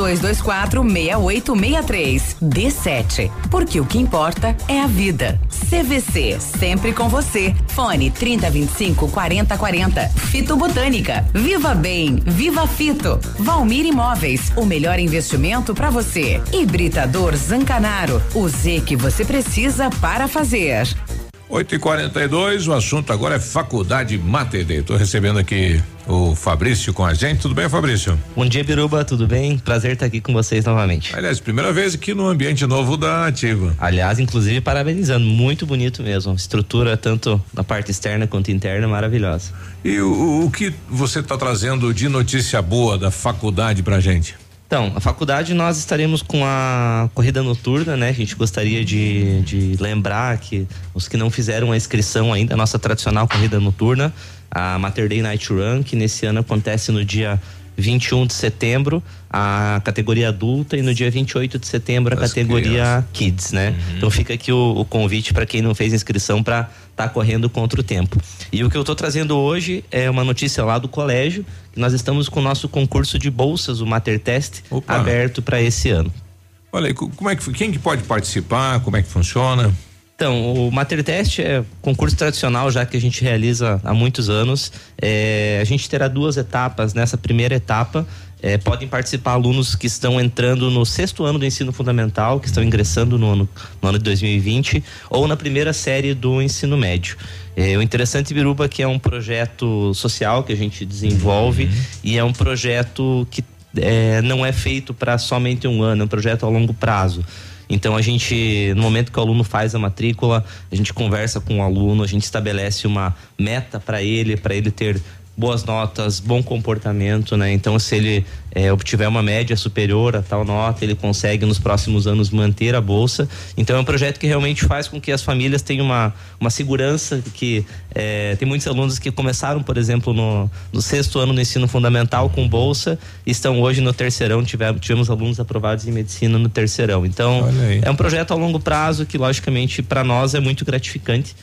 3224-6863. D7, porque o que importa é a vida. CVC, sempre com você. Fone 3025-4040. Fito Botânica, Viva Bem, Viva Fito. Valmir Imóveis, o melhor investimento para você. Hibridador Zancanaro, o Z que você precisa para fazer. 8h42, o assunto agora é Faculdade Mater Dei. Tô recebendo aqui o Fabrício com a gente. Tudo bem, Fabrício? Bom dia, Biruba, tudo bem? Prazer estar aqui com vocês novamente. Aliás, primeira vez aqui no ambiente novo da Ativa. Aliás, inclusive parabenizando, muito bonito mesmo. Estrutura tanto na parte externa quanto interna, maravilhosa. E o que você está trazendo de notícia boa da faculdade pra gente? Então, a faculdade nós estaremos com a corrida noturna, né? A gente gostaria de lembrar que os que não fizeram a inscrição ainda, a nossa tradicional corrida noturna, a Mater Dei Night Run, que nesse ano acontece no dia 21 de setembro, a categoria adulta, e no dia 28 de setembro a categoria Kids, né? Então fica aqui o convite para quem não fez inscrição para tá correndo contra o tempo. E o que eu tô trazendo hoje é uma notícia lá do colégio, que nós estamos com o nosso concurso de bolsas, o Mater Test, aberto para esse ano. Olha aí, como é que quem que pode participar, como é que funciona? Então, o Mater Test é concurso tradicional já que a gente realiza há muitos anos. A gente terá 2 etapas. Nessa primeira etapa, podem participar alunos que estão entrando no 6º ano do ensino fundamental, que estão ingressando no ano de 2020, ou na primeira série do ensino médio. O interessante, Biruba, que é um projeto social que a gente desenvolve e é um projeto que não é feito para somente um ano, é um projeto a longo prazo. Então a gente, no momento que o aluno faz a matrícula, a gente conversa com o aluno, a gente estabelece uma meta para ele ter boas notas, bom comportamento, né? Então, se ele obtiver uma média superior a tal nota, ele consegue nos próximos anos manter a bolsa. Então, é um projeto que realmente faz com que as famílias tenham uma segurança, que tem muitos alunos que começaram, por exemplo, no 6º ano do ensino fundamental com bolsa, e estão hoje no terceirão. Tivemos alunos aprovados em medicina no terceirão. Então, é um projeto a longo prazo que, logicamente, para nós é muito gratificante.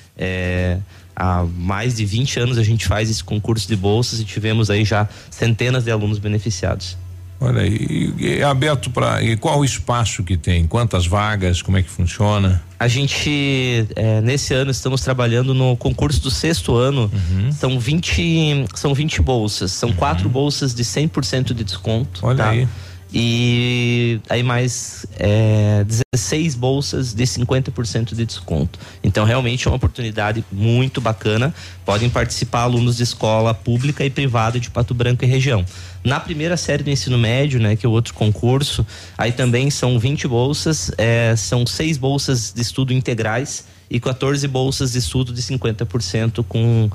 Há mais de 20 anos a gente faz esse concurso de bolsas e tivemos aí já centenas de alunos beneficiados. Olha aí, é aberto e qual o espaço que tem? Quantas vagas? Como é que funciona? A gente, nesse ano, estamos trabalhando no concurso do 6º ano. São 20 bolsas, são 4 bolsas de 100% de desconto. Olha aí. E aí mais 16 bolsas de 50% de desconto. Então realmente é uma oportunidade muito bacana. Podem participar alunos de escola pública e privada de Pato Branco e região. Na primeira série do ensino médio, né, que é o outro concurso, aí também são 20 bolsas, são 6 bolsas de estudo integrais e 14 bolsas de estudo de 50%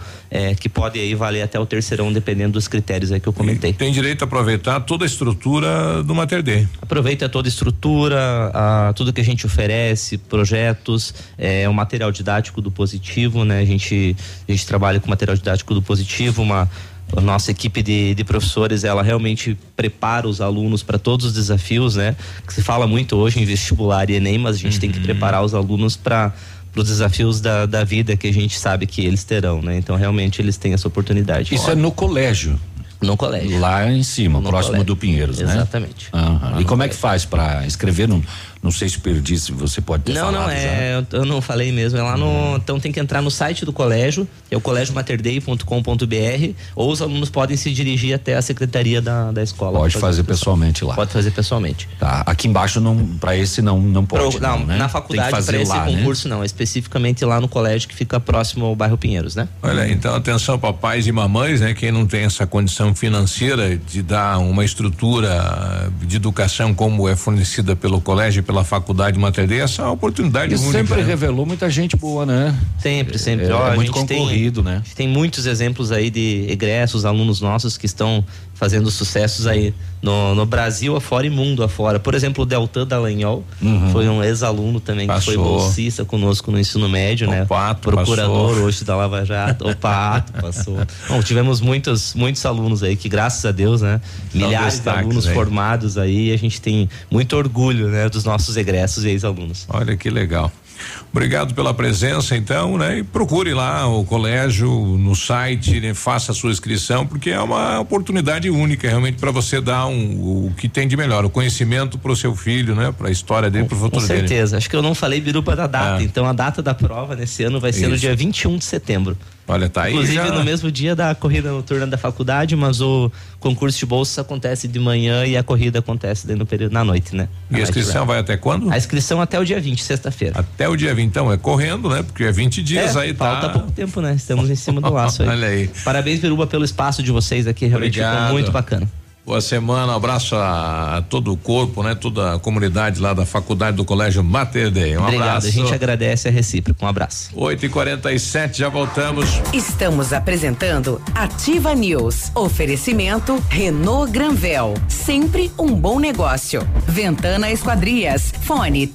que pode aí valer até o terceirão, dependendo dos critérios aí que eu comentei. E tem direito a aproveitar toda a estrutura do Mater Dei. Aproveita toda a estrutura, tudo que a gente oferece, projetos, o material didático do Positivo, né? A gente trabalha com material didático do Positivo, a nossa equipe de professores, ela realmente prepara os alunos para todos os desafios, né? Que se fala muito hoje em vestibular e Enem, mas a gente tem que preparar os alunos para os desafios da vida que a gente sabe que eles terão, né? Então realmente eles têm essa oportunidade. Isso é no colégio? No colégio. Lá em cima, próximo colégio do Pinheiros, né? Exatamente. E como é que faz para escrever? Não sei se perdi, se você pode ter falado. Não, eu não falei mesmo, é lá então tem que entrar no site do colégio, é o colégiomaterdei.com.br, ou os alunos podem se dirigir até a secretaria da escola. Pode fazer pessoalmente lá. Pode fazer pessoalmente. Tá, aqui embaixo para esse não pode. Não, né? Na faculdade para esse concurso, né? Não, especificamente lá no colégio que fica próximo ao bairro Pinheiros, né? Olha, então atenção papais e mamães, né? Quem não tem essa condição financeira de dar uma estrutura de educação como é fornecida pelo colégio e pela faculdade Mater Dei, essa é uma oportunidade única. Sempre revelou muita gente boa, né? Sempre. É muito concorrido, né? Tem muitos exemplos aí de egressos, alunos nossos que estão fazendo sucessos aí no Brasil afora e mundo afora. Por exemplo, o Deltan Dallagnol foi um ex-aluno também, que foi bolsista conosco no ensino médio, né? Procurador passou. Hoje da Lava Jato. O Pato passou. Bom, tivemos muitos alunos aí que, graças a Deus, né? Milhares de alunos formados aí, a gente tem muito orgulho, né? Dos nossos egressos e ex-alunos. Olha que legal. Obrigado pela presença, então, né? E procure lá o colégio no site, né? Faça a sua inscrição, porque é uma oportunidade única realmente para você dar o que tem de melhor, o conhecimento pro seu filho, né? Pra história dele, pro futuro dele. Com certeza. Acho que eu não falei, Biruba, da data. Então a data da prova nesse ano vai ser no dia 21 de setembro. Olha, tá aí. Inclusive no mesmo dia da corrida noturna da faculdade, mas o concurso de bolsa acontece de manhã e a corrida acontece no período, na noite, né? E a inscrição vai até quando? A inscrição até o dia 20, sexta-feira. Até o dia 20, então, é correndo, né? Porque é 20 dias aí, tá? Falta pouco tempo, né? Estamos em cima do laço aí. Olha aí. Parabéns, Biruba, pelo espaço de vocês aqui, realmente ficou muito bacana. Boa semana, abraço a todo o corpo, né? Toda a comunidade lá da faculdade do Colégio Mater Dei. Obrigado, abraço. A gente agradece a recíproca, um abraço. 8h47, já voltamos. Estamos apresentando Ativa News. Oferecimento Renault Granvel, sempre um bom negócio. Ventana Esquadrias, fone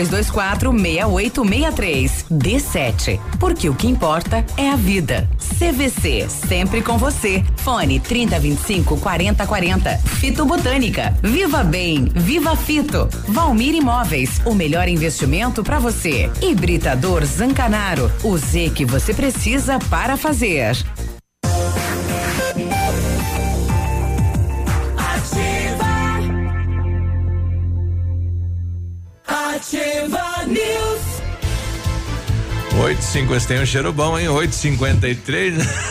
3224-6863. D7, porque o que importa é a vida. CVC, sempre com você. Fone 3025-4040. Fito Botânica, Viva Bem, Viva Fito, Valmir Imóveis, o melhor investimento para você. Hibridador Zancanaro, o Z que você precisa para fazer. Ativa News. 8h50, tem um cheiro bom, hein? 8h53.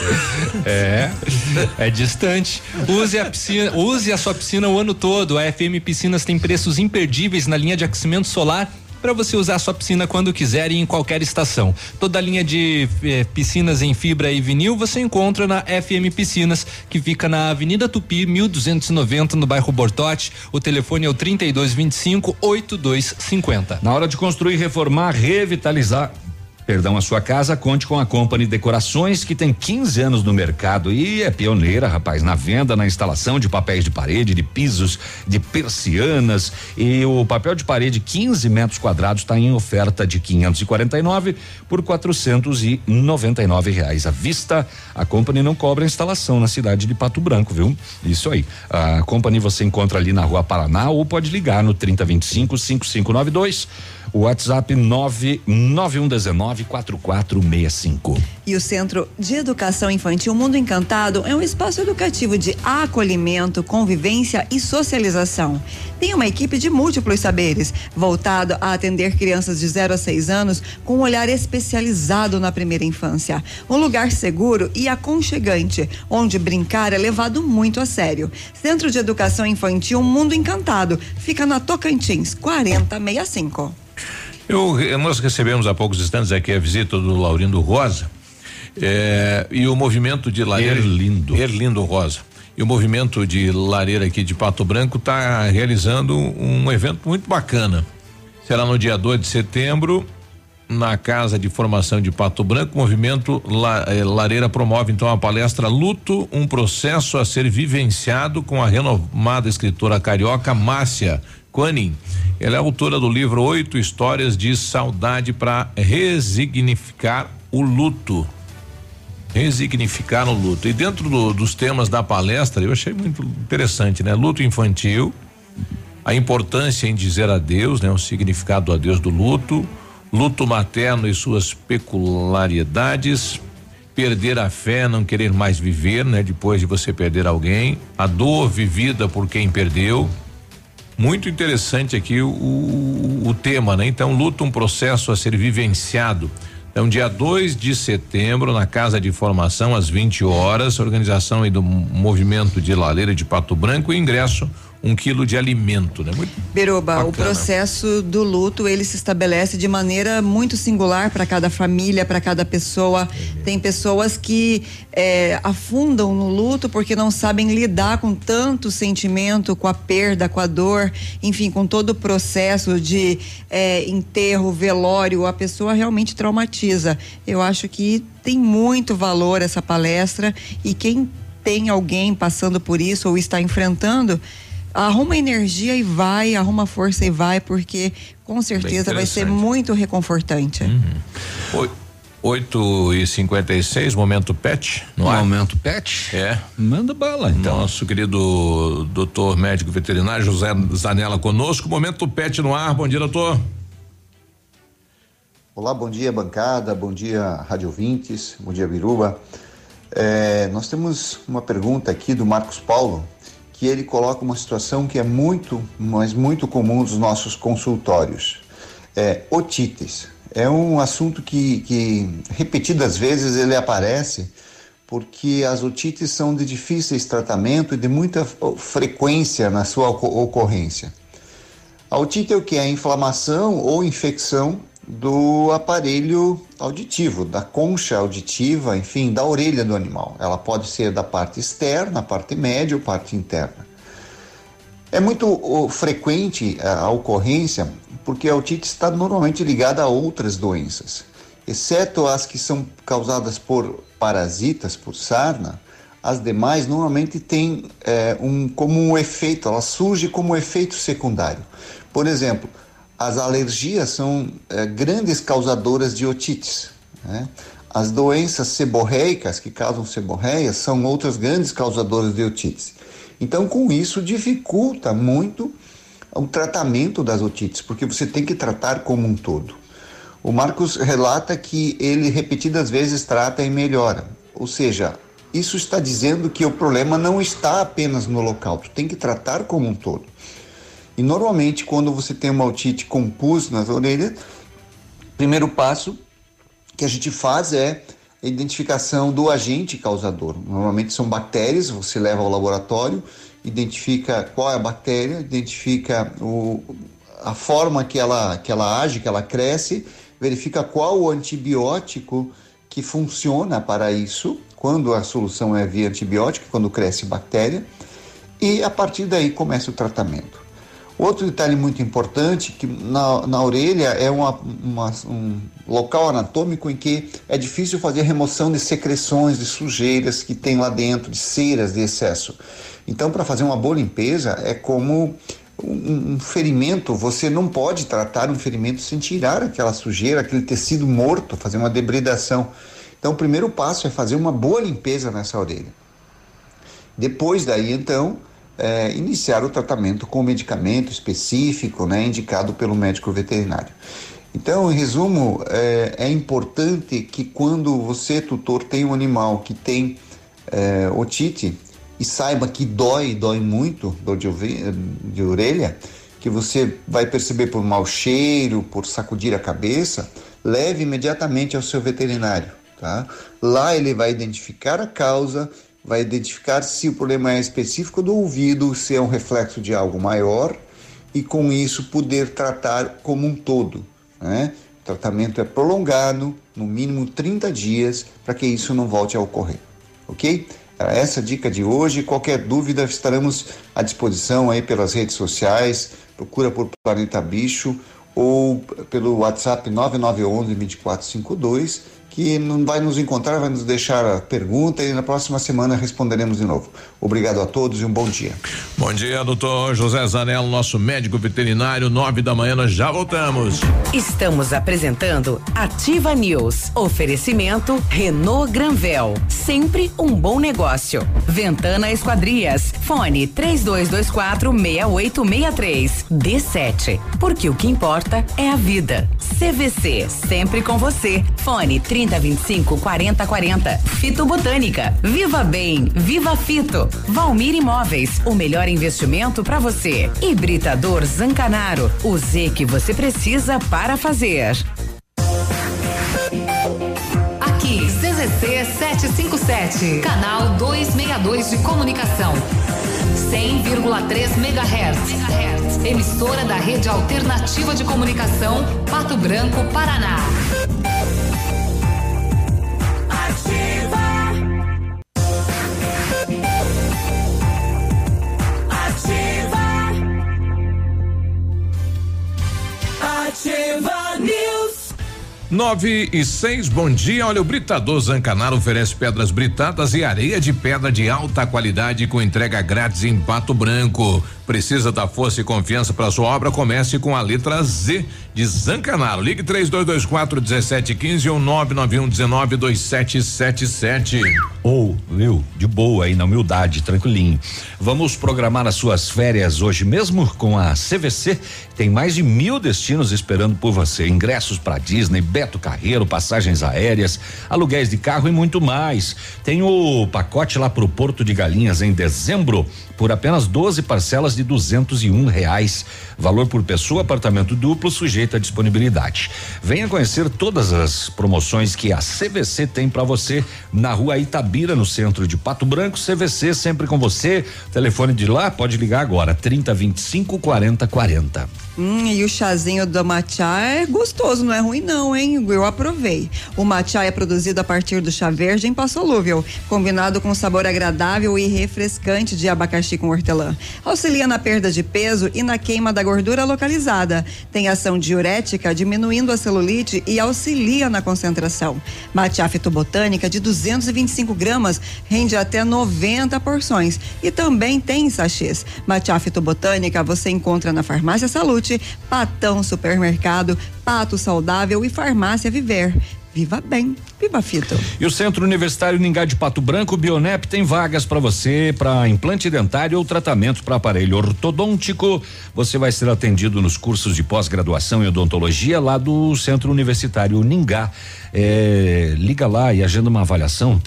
É distante. Use a sua piscina o ano todo. A FM Piscinas tem preços imperdíveis na linha de aquecimento solar para você usar a sua piscina quando quiser e em qualquer estação. Toda a linha de piscinas em fibra e vinil você encontra na FM Piscinas, que fica na Avenida Tupi, 1290, no bairro Bortote. O telefone é o 3225-8250. Na hora de construir, reformar, revitalizar a sua casa, conte com a Company Decorações, que tem 15 anos no mercado e é pioneira, rapaz, na venda, na instalação de papéis de parede, de pisos, de persianas, e o papel de parede 15 metros quadrados está em oferta de 549 por R$499 à vista. A Company não cobra instalação na cidade de Pato Branco, viu? Isso aí. A Company você encontra ali na Rua Paraná ou pode ligar no 3025-5592. O WhatsApp 991194465. E o Centro de Educação Infantil Mundo Encantado é um espaço educativo de acolhimento, convivência e socialização. Tem uma equipe de múltiplos saberes, voltado a atender crianças de 0 a 6 anos com um olhar especializado na primeira infância. Um lugar seguro e aconchegante, onde brincar é levado muito a sério. Centro de Educação Infantil Mundo Encantado, fica na Tocantins, 4065. Nós recebemos há poucos instantes aqui a visita do Laurindo Rosa, e o movimento de lareira Erlindo Rosa, e o movimento de lareira aqui de Pato Branco está realizando um evento muito bacana. Será no dia 2 de setembro na Casa de Formação de Pato Branco. O movimento Lareira promove então a palestra Luto, um processo a ser vivenciado, com a renomada escritora carioca Márcia Quanin. Ela é autora do livro 8 Histórias de Saudade para Resignificar o Luto. Resignificar o luto. E dentro dos temas da palestra, eu achei muito interessante, né? Luto infantil, a importância em dizer adeus, né? O significado do adeus do luto, luto materno e suas peculiaridades, perder a fé, não querer mais viver, né? Depois de você perder alguém, a dor vivida por quem perdeu. Muito interessante aqui o tema, né? Então, luto, um processo a ser vivenciado. Então, dia 2 de setembro, na Casa de Formação, às 20 horas, organização aí do Movimento de Lareira de Pato Branco, e ingresso 1 quilo de alimento, né? Muito Biruba, bacana. O processo do luto, ele se estabelece de maneira muito singular para cada família, para cada pessoa. Tem pessoas que afundam no luto porque não sabem lidar com tanto sentimento, com a perda, com a dor, enfim, com todo o processo de enterro, velório. A pessoa realmente traumatiza. Eu acho que tem muito valor essa palestra, e quem tem alguém passando por isso ou está enfrentando, arruma energia e vai, arruma força e vai, porque com certeza vai ser muito reconfortante. 8h56, momento pet, não é? Momento pet? Manda bala, então. Nosso querido doutor médico veterinário José Zanella conosco, momento pet no ar. Bom dia, doutor. Olá, bom dia, bancada, bom dia, rádio ouvintes, bom dia, Biruba. Nós temos uma pergunta aqui do Marcos Paulo, que ele coloca uma situação que é muito, mas muito comum nos nossos consultórios. Otites. É um assunto que repetidas vezes ele aparece, porque as otites são de difíceis tratamento e de muita frequência na sua ocorrência. A otite é o que? É inflamação ou infecção do aparelho auditivo, da concha auditiva, enfim, da orelha do animal. Ela pode ser da parte externa, parte média ou parte interna. É muito frequente a ocorrência porque a otite está normalmente ligada a outras doenças, exceto as que são causadas por parasitas, por sarna. As demais normalmente têm como um efeito, ela surge como efeito secundário. Por exemplo, as alergias são grandes causadoras de otites, né? As doenças seborreicas, que causam seborreias, são outras grandes causadoras de otites. Então, com isso, dificulta muito o tratamento das otites, porque você tem que tratar como um todo. O Marcos relata que ele repetidas vezes trata e melhora. Ou seja, isso está dizendo que o problema não está apenas no local, tu tem que tratar como um todo. E normalmente, quando você tem uma otite com pus nas orelhas, o primeiro passo que a gente faz é a identificação do agente causador. Normalmente são bactérias, você leva ao laboratório, identifica qual é a bactéria, identifica a forma que ela age, que ela cresce, verifica qual o antibiótico que funciona para isso, quando a solução é via antibiótico, quando cresce bactéria, e a partir daí começa o tratamento. Outro detalhe muito importante, que na orelha é um local anatômico em que é difícil fazer remoção de secreções, de sujeiras que tem lá dentro, de ceras de excesso. Então, para fazer uma boa limpeza, é como um ferimento. Você não pode tratar um ferimento sem tirar aquela sujeira, aquele tecido morto, fazer uma debridação. Então, o primeiro passo é fazer uma boa limpeza nessa orelha. Depois daí, então, iniciar o tratamento com medicamento específico, né, indicado pelo médico veterinário. Então, em resumo, é importante que quando você, tutor, tem um animal que tem otite e saiba que dói muito, dor de orelha, que você vai perceber por mau cheiro, por sacudir a cabeça, leve imediatamente ao seu veterinário, tá? Lá ele vai identificar a causa, vai identificar se o problema é específico do ouvido, se é um reflexo de algo maior, e com isso poder tratar como um todo, né? O tratamento é prolongado, no mínimo 30 dias, para que isso não volte a ocorrer, ok? Essa dica de hoje. Qualquer dúvida, estaremos à disposição aí pelas redes sociais, procura por Planeta Bicho ou pelo WhatsApp 9911-2452, que vai nos encontrar, vai nos deixar a pergunta e na próxima semana responderemos de novo. Obrigado a todos e um bom dia. Bom dia, doutor José Zanello, nosso médico veterinário, 9h, nós já voltamos. Estamos apresentando Ativa News. Oferecimento Renault Granvel, sempre um bom negócio. Ventana Esquadrias, fone 3224-6863. D7, porque o que importa é a vida. CVC, sempre com você. Fone 3025-4040. Fito Botânica, Viva Bem, Viva Fito. Valmir Imóveis, o melhor investimento para você. Hibridador Zancanaro, o Z que você precisa para fazer. Aqui, CZC 757, canal 262 de comunicação. 100,3 MHz. Emissora da Rede Alternativa de Comunicação, Pato Branco, Paraná. Ativa News. 9:06, bom dia. Olha, o Britador Zancanaro oferece pedras britadas e areia de pedra de alta qualidade com entrega grátis em Pato Branco. Precisa da força e confiança para sua obra? Comece com a letra Z de Zancanaro. Ligue 3224-1715 ou 991192777. Viu? De boa aí, na humildade, tranquilinho. Vamos programar as suas férias hoje mesmo com a CVC. Tem mais de 1.000 destinos esperando por você. Ingressos para Disney, Beto Carreiro, passagens aéreas, aluguéis de carro e muito mais. Tem o pacote lá pro Porto de Galinhas em dezembro por apenas 12 parcelas de R$201. Valor por pessoa, apartamento duplo, sujeito à disponibilidade. Venha conhecer todas as promoções que a CVC tem para você na Rua Itabira, no centro de Pato Branco. CVC sempre com você. Telefone de lá, pode ligar agora, 3025-4040. E o chazinho do matcha é gostoso, não é ruim não, hein? Eu aprovei. O matcha é produzido a partir do chá verde em pó solúvel, combinado com sabor agradável e refrescante de abacaxi com hortelã. Auxilia na perda de peso e na queima da gordura localizada. Tem ação diurética, diminuindo a celulite e auxilia na concentração. Matcha fitobotânica de 225 gramas rende até 90 porções e também tem sachês. Matcha fitobotânica você encontra na Farmácia Salute, Patão Supermercado, Pato Saudável e Farmácia Viver. Viva bem, viva Fito. E o Centro Universitário Ningá de Pato Branco, Bionep, tem vagas para você para implante dentário ou tratamento para aparelho ortodôntico. Você vai ser atendido nos cursos de pós-graduação em odontologia lá do Centro Universitário Ningá. Liga lá e agenda uma avaliação,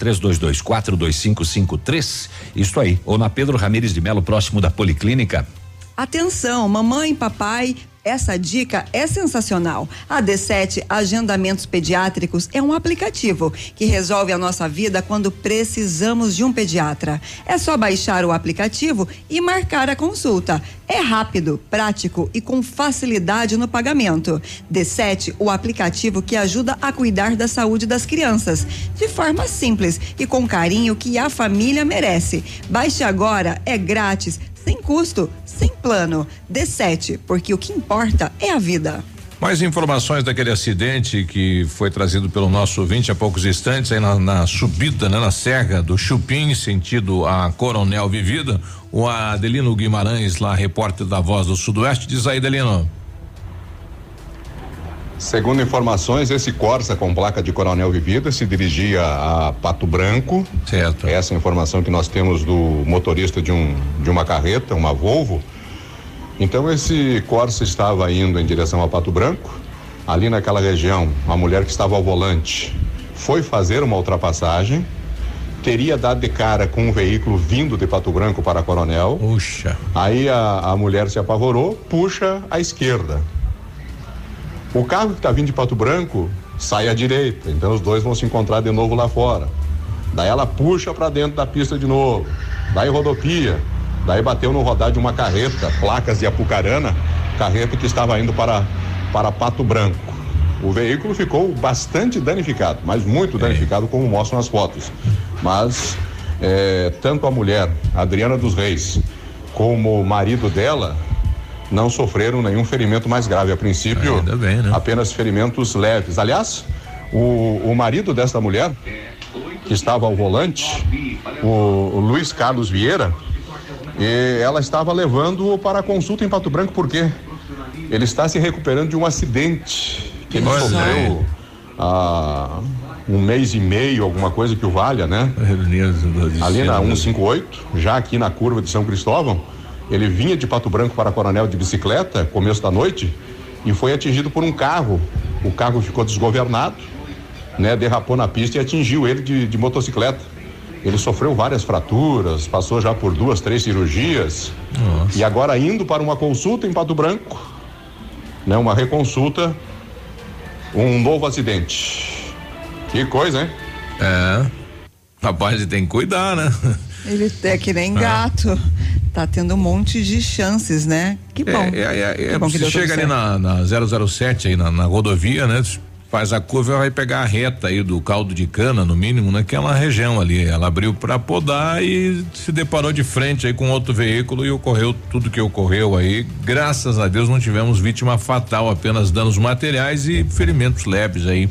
3224-2553. Isso aí, ou na Pedro Ramires de Melo, próximo da Policlínica. Atenção, mamãe e papai, essa dica é sensacional. A D7 Agendamentos Pediátricos é um aplicativo que resolve a nossa vida quando precisamos de um pediatra. É só baixar o aplicativo e marcar a consulta. É rápido, prático e com facilidade no pagamento. D7, o aplicativo que ajuda a cuidar da saúde das crianças, de forma simples e com carinho que a família merece. Baixe agora, é grátis, sem custo, sem plano. Dê 7, porque o que importa é a vida. Mais informações daquele acidente que foi trazido pelo nosso ouvinte há poucos instantes aí na subida, né, na Serra do Chupim, sentido a Coronel Vivida. O Adelino Guimarães, lá, repórter da Voz do Sudoeste, diz aí, Adelino. Segundo informações, esse Corsa com placa de Coronel Vivida se dirigia a Pato Branco. Certo. Essa é a informação que nós temos do motorista de uma carreta, uma Volvo. Então esse Corsa estava indo em direção a Pato Branco. Ali naquela região, a mulher que estava ao volante foi fazer uma ultrapassagem, teria dado de cara com um veículo vindo de Pato Branco para Coronel. Puxa. Aí a mulher se apavorou, puxa à esquerda. O carro que está vindo de Pato Branco sai à direita, então os dois vão se encontrar de novo lá fora. Daí ela puxa para dentro da pista de novo, daí rodopia, daí bateu no rodar de uma carreta, placas de Apucarana, carreta que estava indo para Pato Branco. O veículo ficou bastante danificado, mas muito danificado, como mostram as fotos. Mas tanto a mulher, Adriana dos Reis, como o marido dela não sofreram nenhum ferimento mais grave. A princípio, ainda bem, né? Apenas ferimentos leves. Aliás, o marido desta mulher, que estava ao volante, o Luiz Carlos Vieira, ela estava levando-o para a consulta em Pato Branco, porque ele está se recuperando de um acidente que ele sofreu há um mês e meio, alguma coisa que o valha, né? Ali na 158, já aqui na curva de São Cristóvão. Ele vinha de Pato Branco para Coronel de bicicleta, começo da noite, e foi atingido por um carro. O carro ficou desgovernado, né? Derrapou na pista e atingiu ele de motocicleta. Ele sofreu várias fraturas, passou já por 2, 3 cirurgias. Nossa. E agora indo para uma consulta em Pato Branco, né? Uma reconsulta, um novo acidente. Que coisa, hein? Rapaz, ele tem que cuidar, né? Ele é que nem gato. Tá tendo um monte de chances, né? Que bom. Que bom que você chega ali na 007 aí na rodovia, né? Faz a curva e vai pegar a reta aí do caldo de cana, no mínimo, naquela região ali. Ela abriu para podar e se deparou de frente aí com outro veículo e ocorreu tudo que ocorreu aí. Graças a Deus não tivemos vítima fatal, apenas danos materiais e ferimentos leves aí.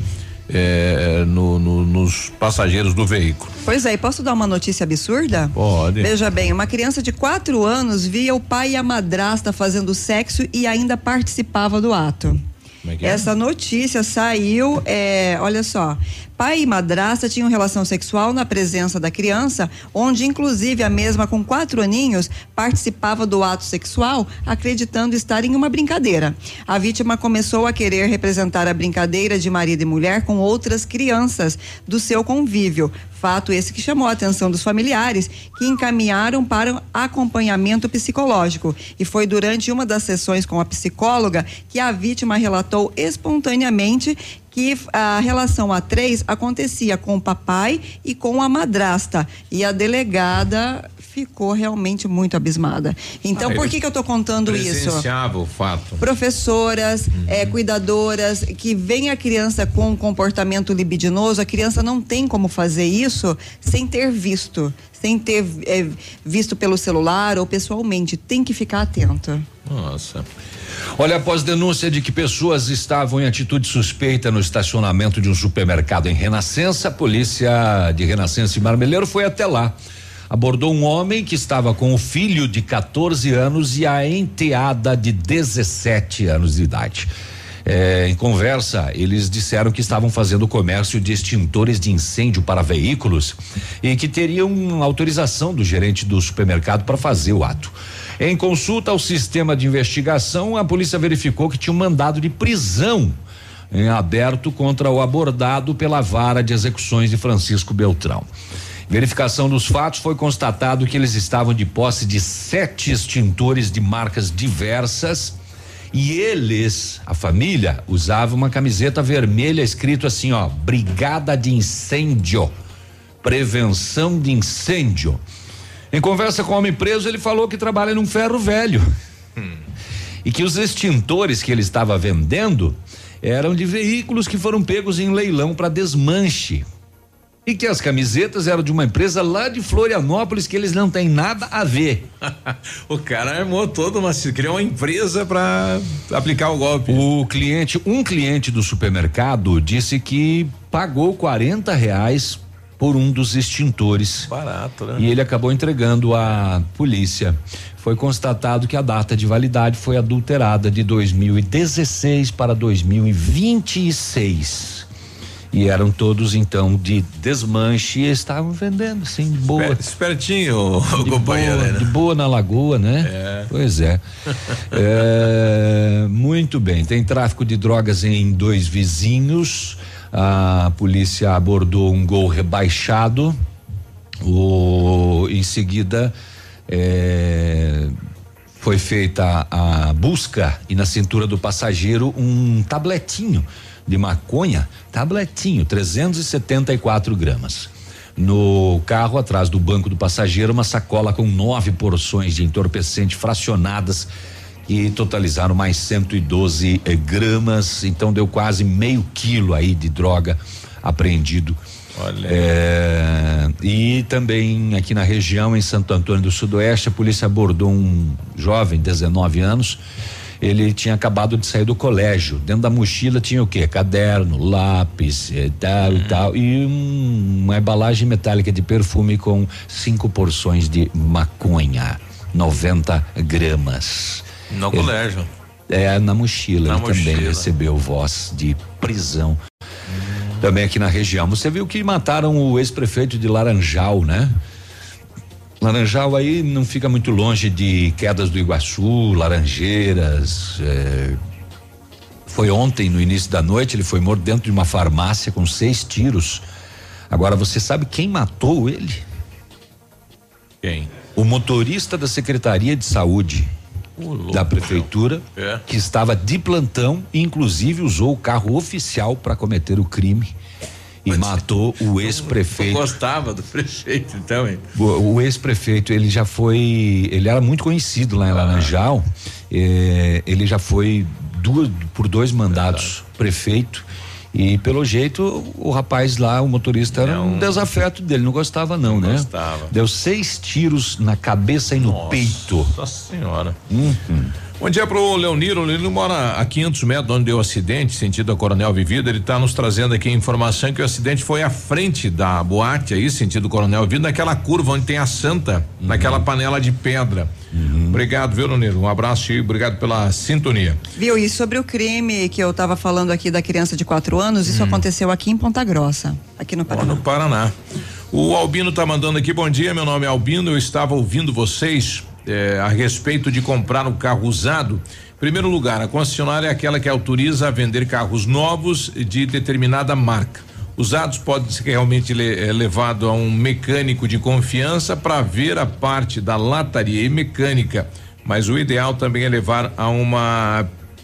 Nos passageiros do veículo. Pois é, e posso dar uma notícia absurda? Pode. Veja bem, uma criança de 4 anos via o pai e a madrasta fazendo sexo e ainda participava do ato. Como é que é? Essa notícia saiu, olha só, pai e madrasta tinham relação sexual na presença da criança, onde inclusive a mesma com 4 aninhos participava do ato sexual, acreditando estar em uma brincadeira. A vítima começou a querer representar a brincadeira de marido e mulher com outras crianças do seu convívio. Fato esse que chamou a atenção dos familiares, que encaminharam para acompanhamento psicológico. E foi durante uma das sessões com a psicóloga que a vítima relatou espontaneamente que a relação A3 acontecia com o papai e com a madrasta. E a delegada ficou realmente muito abismada. Então, por que eu tô contando isso? Presenciava o fato. Professoras, cuidadoras, que vem a criança com um comportamento libidinoso, a criança não tem como fazer isso sem ter visto visto pelo celular ou pessoalmente. Tem que ficar atento. Nossa. Olha, após denúncia de que pessoas estavam em atitude suspeita no estacionamento de um supermercado em Renascença, a polícia de Renascença e Marmeleiro foi até lá. Abordou um homem que estava com o filho de 14 anos e a enteada de 17 anos de idade. Em conversa, eles disseram que estavam fazendo comércio de extintores de incêndio para veículos e que teriam autorização do gerente do supermercado para fazer o ato. Em consulta ao sistema de investigação, a polícia verificou que tinha um mandado de prisão em aberto contra o abordado pela Vara de Execuções de Francisco Beltrão. Verificação dos fatos, foi constatado que eles estavam de posse de 7 extintores de marcas diversas e eles, a família, usava uma camiseta vermelha escrito assim, ó, Brigada de Incêndio, Prevenção de Incêndio. Em conversa com o homem preso, ele falou que trabalha num ferro velho e que os extintores que ele estava vendendo eram de veículos que foram pegos em leilão para desmanche. E que as camisetas eram de uma empresa lá de Florianópolis que eles não têm nada a ver. O cara armou criou uma empresa para aplicar o golpe. Um cliente do supermercado disse que pagou R$40 por um dos extintores. Barato, né? E ele acabou entregando à polícia. Foi constatado que a data de validade foi adulterada de 2016 para 2026. E eram todos então de desmanche e estavam vendendo assim de boa. Espertinho, companheiro. De boa na lagoa, né? É. Pois é. Muito bem. Tem tráfico de drogas em 2 vizinhos. A polícia abordou um Gol rebaixado. Em seguida foi feita a busca e na cintura do passageiro um tabletinho de maconha, 374 gramas. No carro, atrás do banco do passageiro, uma sacola com 9 porções de entorpecente fracionadas que totalizaram mais 112 gramas, então deu quase meio quilo aí de droga apreendido. Olha. E também aqui na região, em Santo Antônio do Sudoeste, a polícia abordou um jovem, 19 anos. Ele tinha acabado de sair do colégio. Dentro da mochila tinha o quê? Caderno, lápis, tal, e uma embalagem metálica de perfume com 5 porções de maconha, 90 gramas. No colégio. Na mochila. Ele também recebeu voz de prisão. Também aqui na região. Você viu que mataram o ex-prefeito de Laranjal, né? Laranjal aí não fica muito longe de Quedas do Iguaçu, Laranjeiras. Foi ontem, no início da noite, ele foi morto dentro de uma farmácia com 6 tiros. Agora, você sabe quem matou ele? Quem? O motorista da Secretaria de Saúde da prefeitura, que estava de plantão e inclusive usou o carro oficial para cometer o crime. E matou o ex-prefeito. Gostava do prefeito, então, hein? O ex-prefeito, ele era muito conhecido lá em Laranjal. Ele já foi por 2 mandatos prefeito. E pelo jeito, o rapaz lá, o motorista, era um desafeto dele, não gostava não, né? Gostava. Deu 6 tiros na cabeça e no peito. Nossa senhora. Bom dia pro Leoniro. O Leoniro mora a 500 metros onde deu o acidente, sentido a Coronel Vivida. Ele tá nos trazendo aqui a informação que o acidente foi à frente da boate aí, sentido Coronel Vivida, naquela curva onde tem a Santa, naquela panela de pedra. Obrigado, viu, Leoniro? Um abraço e obrigado pela sintonia. Viu, e sobre o crime que eu tava falando aqui da criança de 4 anos, isso aconteceu aqui em Ponta Grossa, aqui no Paraná. No Paraná. O Albino tá mandando aqui, bom dia, meu nome é Albino, eu estava ouvindo vocês a respeito de comprar um carro usado. Em primeiro lugar, a concessionária é aquela que autoriza a vender carros novos de determinada marca. Usados pode ser realmente levado a um mecânico de confiança para ver a parte da lataria e mecânica, mas o ideal também é levar a uma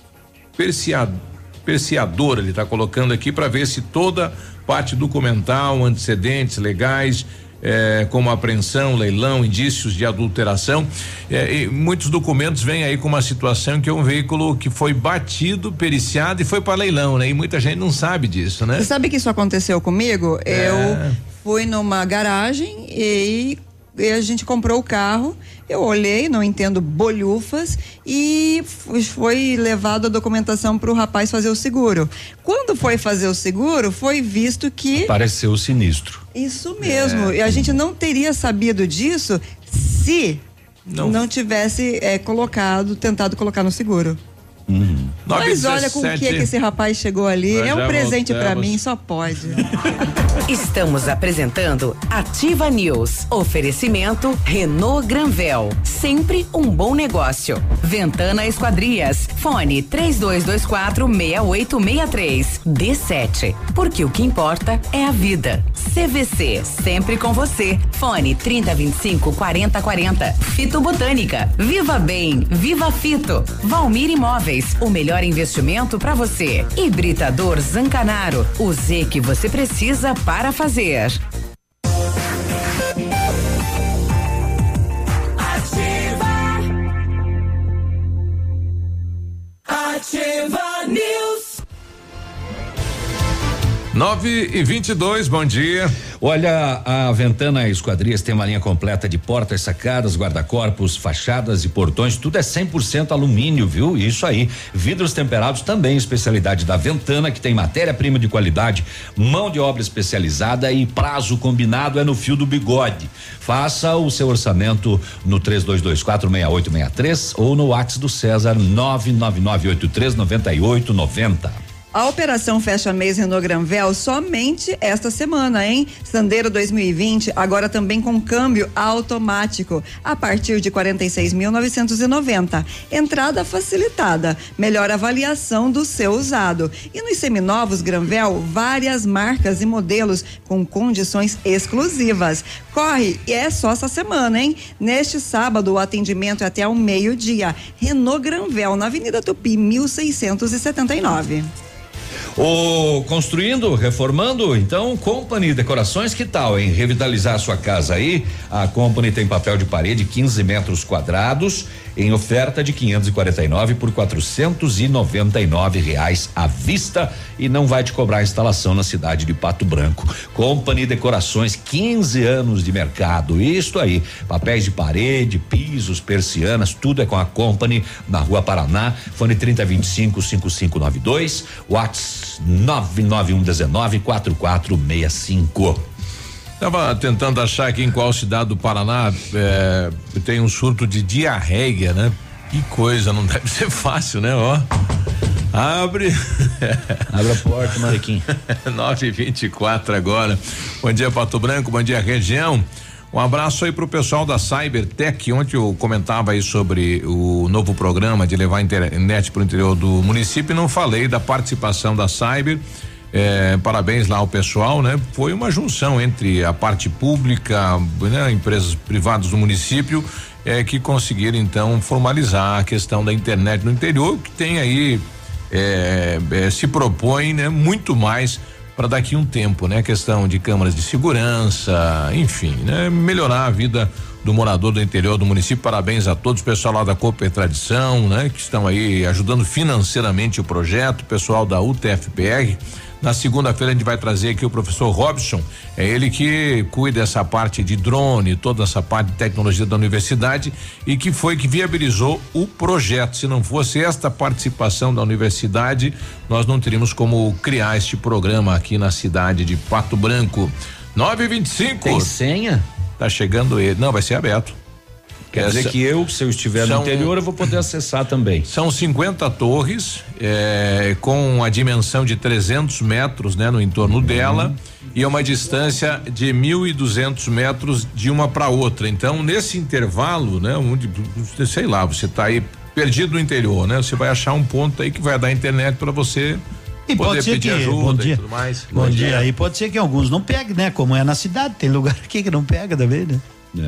perseadora, ele está colocando aqui, para ver se toda parte documental, antecedentes legais, como apreensão, leilão, indícios de adulteração, e muitos documentos vêm aí com uma situação que é um veículo que foi batido, periciado e foi para leilão, né? E muita gente não sabe disso, né? Você sabe que isso aconteceu comigo? Eu fui numa garagem e a gente comprou o carro, eu olhei, não entendo bolhufas, e foi levado a documentação para o rapaz fazer o seguro. Quando foi fazer o seguro, foi visto que apareceu o sinistro. Isso mesmo, e a gente não teria sabido disso se não tivesse tentado colocar no seguro. Mas olha com o que esse rapaz chegou ali. É um presente para mim, só pode. Estamos apresentando Ativa News. Oferecimento Renault Granvel. Sempre um bom negócio. Ventana Esquadrias. Fone 3224-6863. D7. Porque o que importa é a vida. CVC. Sempre com você. Fone 3025-4040. Fito Botânica. Viva Bem. Viva Fito. Valmir Imóveis. O melhor investimento para você. Hibridador Zancanaro. O Z que você precisa para fazer. Ativa News. 9:22, bom dia. Olha, a Ventana Esquadrias tem uma linha completa de portas, sacadas, guarda-corpos, fachadas e portões, tudo é 100% alumínio, viu? Isso aí. Vidros temperados também, especialidade da Ventana, que tem matéria-prima de qualidade, mão de obra especializada e prazo combinado é no fio do bigode. Faça o seu orçamento no 32246863 ou no WhatsApp do César 999839890. A operação Fecha Mês Renault Granvel somente esta semana, hein? Sandero 2020 agora também com câmbio automático a partir de 46.990. Entrada facilitada, melhor avaliação do seu usado. E nos seminovos Granvel, várias marcas e modelos com condições exclusivas. Corre, e é só essa semana, hein? Neste sábado o atendimento é até ao meio-dia. Renault Granvel na Avenida Tupi 1679. Construindo, reformando, então Company Decorações, que tal, hein? Revitalizar sua casa aí, a Company tem papel de parede 15 metros quadrados em oferta de 549 por R$499 à vista e não vai te cobrar a instalação na cidade de Pato Branco. Company Decorações, 15 anos de mercado, isto aí, papéis de parede, pisos, persianas, tudo é com a Company na Rua Paraná, fone 3025-5592, WhatsApp 991194465. Tava tentando achar aqui em qual cidade do Paraná tem um surto de diarreia, né? Que coisa, não deve ser fácil, né? Ó, abre a porta, Mariquinho. 9:24 agora. Bom dia, Pato Branco, bom dia, região. Um abraço aí pro pessoal da Cybertech. Ontem eu comentava aí sobre o novo programa de levar a internet pro interior do município e não falei da participação da Cyber. Parabéns lá ao pessoal, né? Foi uma junção entre a parte pública, né? Empresas privadas do município que conseguiram então formalizar a questão da internet no interior, que tem aí se propõe, né? Muito mais para daqui um tempo, né? Questão de câmaras de segurança, enfim, né? Melhorar a vida do morador do interior do município. Parabéns a todos, pessoal lá da Cooper Tradição, né? Que estão aí ajudando financeiramente o projeto, pessoal da UTFPR. Na segunda-feira a gente vai trazer aqui o professor Robson, é ele que cuida dessa parte de drone, toda essa parte de tecnologia da universidade e que viabilizou o projeto. Se não fosse esta participação da universidade, nós não teríamos como criar este programa aqui na cidade de Pato Branco. 9:25. Tem senha? Tá chegando ele. Não, vai ser aberto. Quer dizer que se eu estiver no interior, eu vou poder acessar também. São 50 torres, com a dimensão de 300 metros, né? No entorno dela e uma distância de 1.200 metros de uma para outra. Então, nesse intervalo, né? Onde, sei lá, você tá aí perdido no interior, né? Você vai achar um ponto aí que vai dar internet para você. E poder pedir ajuda e tudo mais. Bom dia. E pode ser que alguns não peguem, né? Como é na cidade, tem lugar aqui que não pega também, né?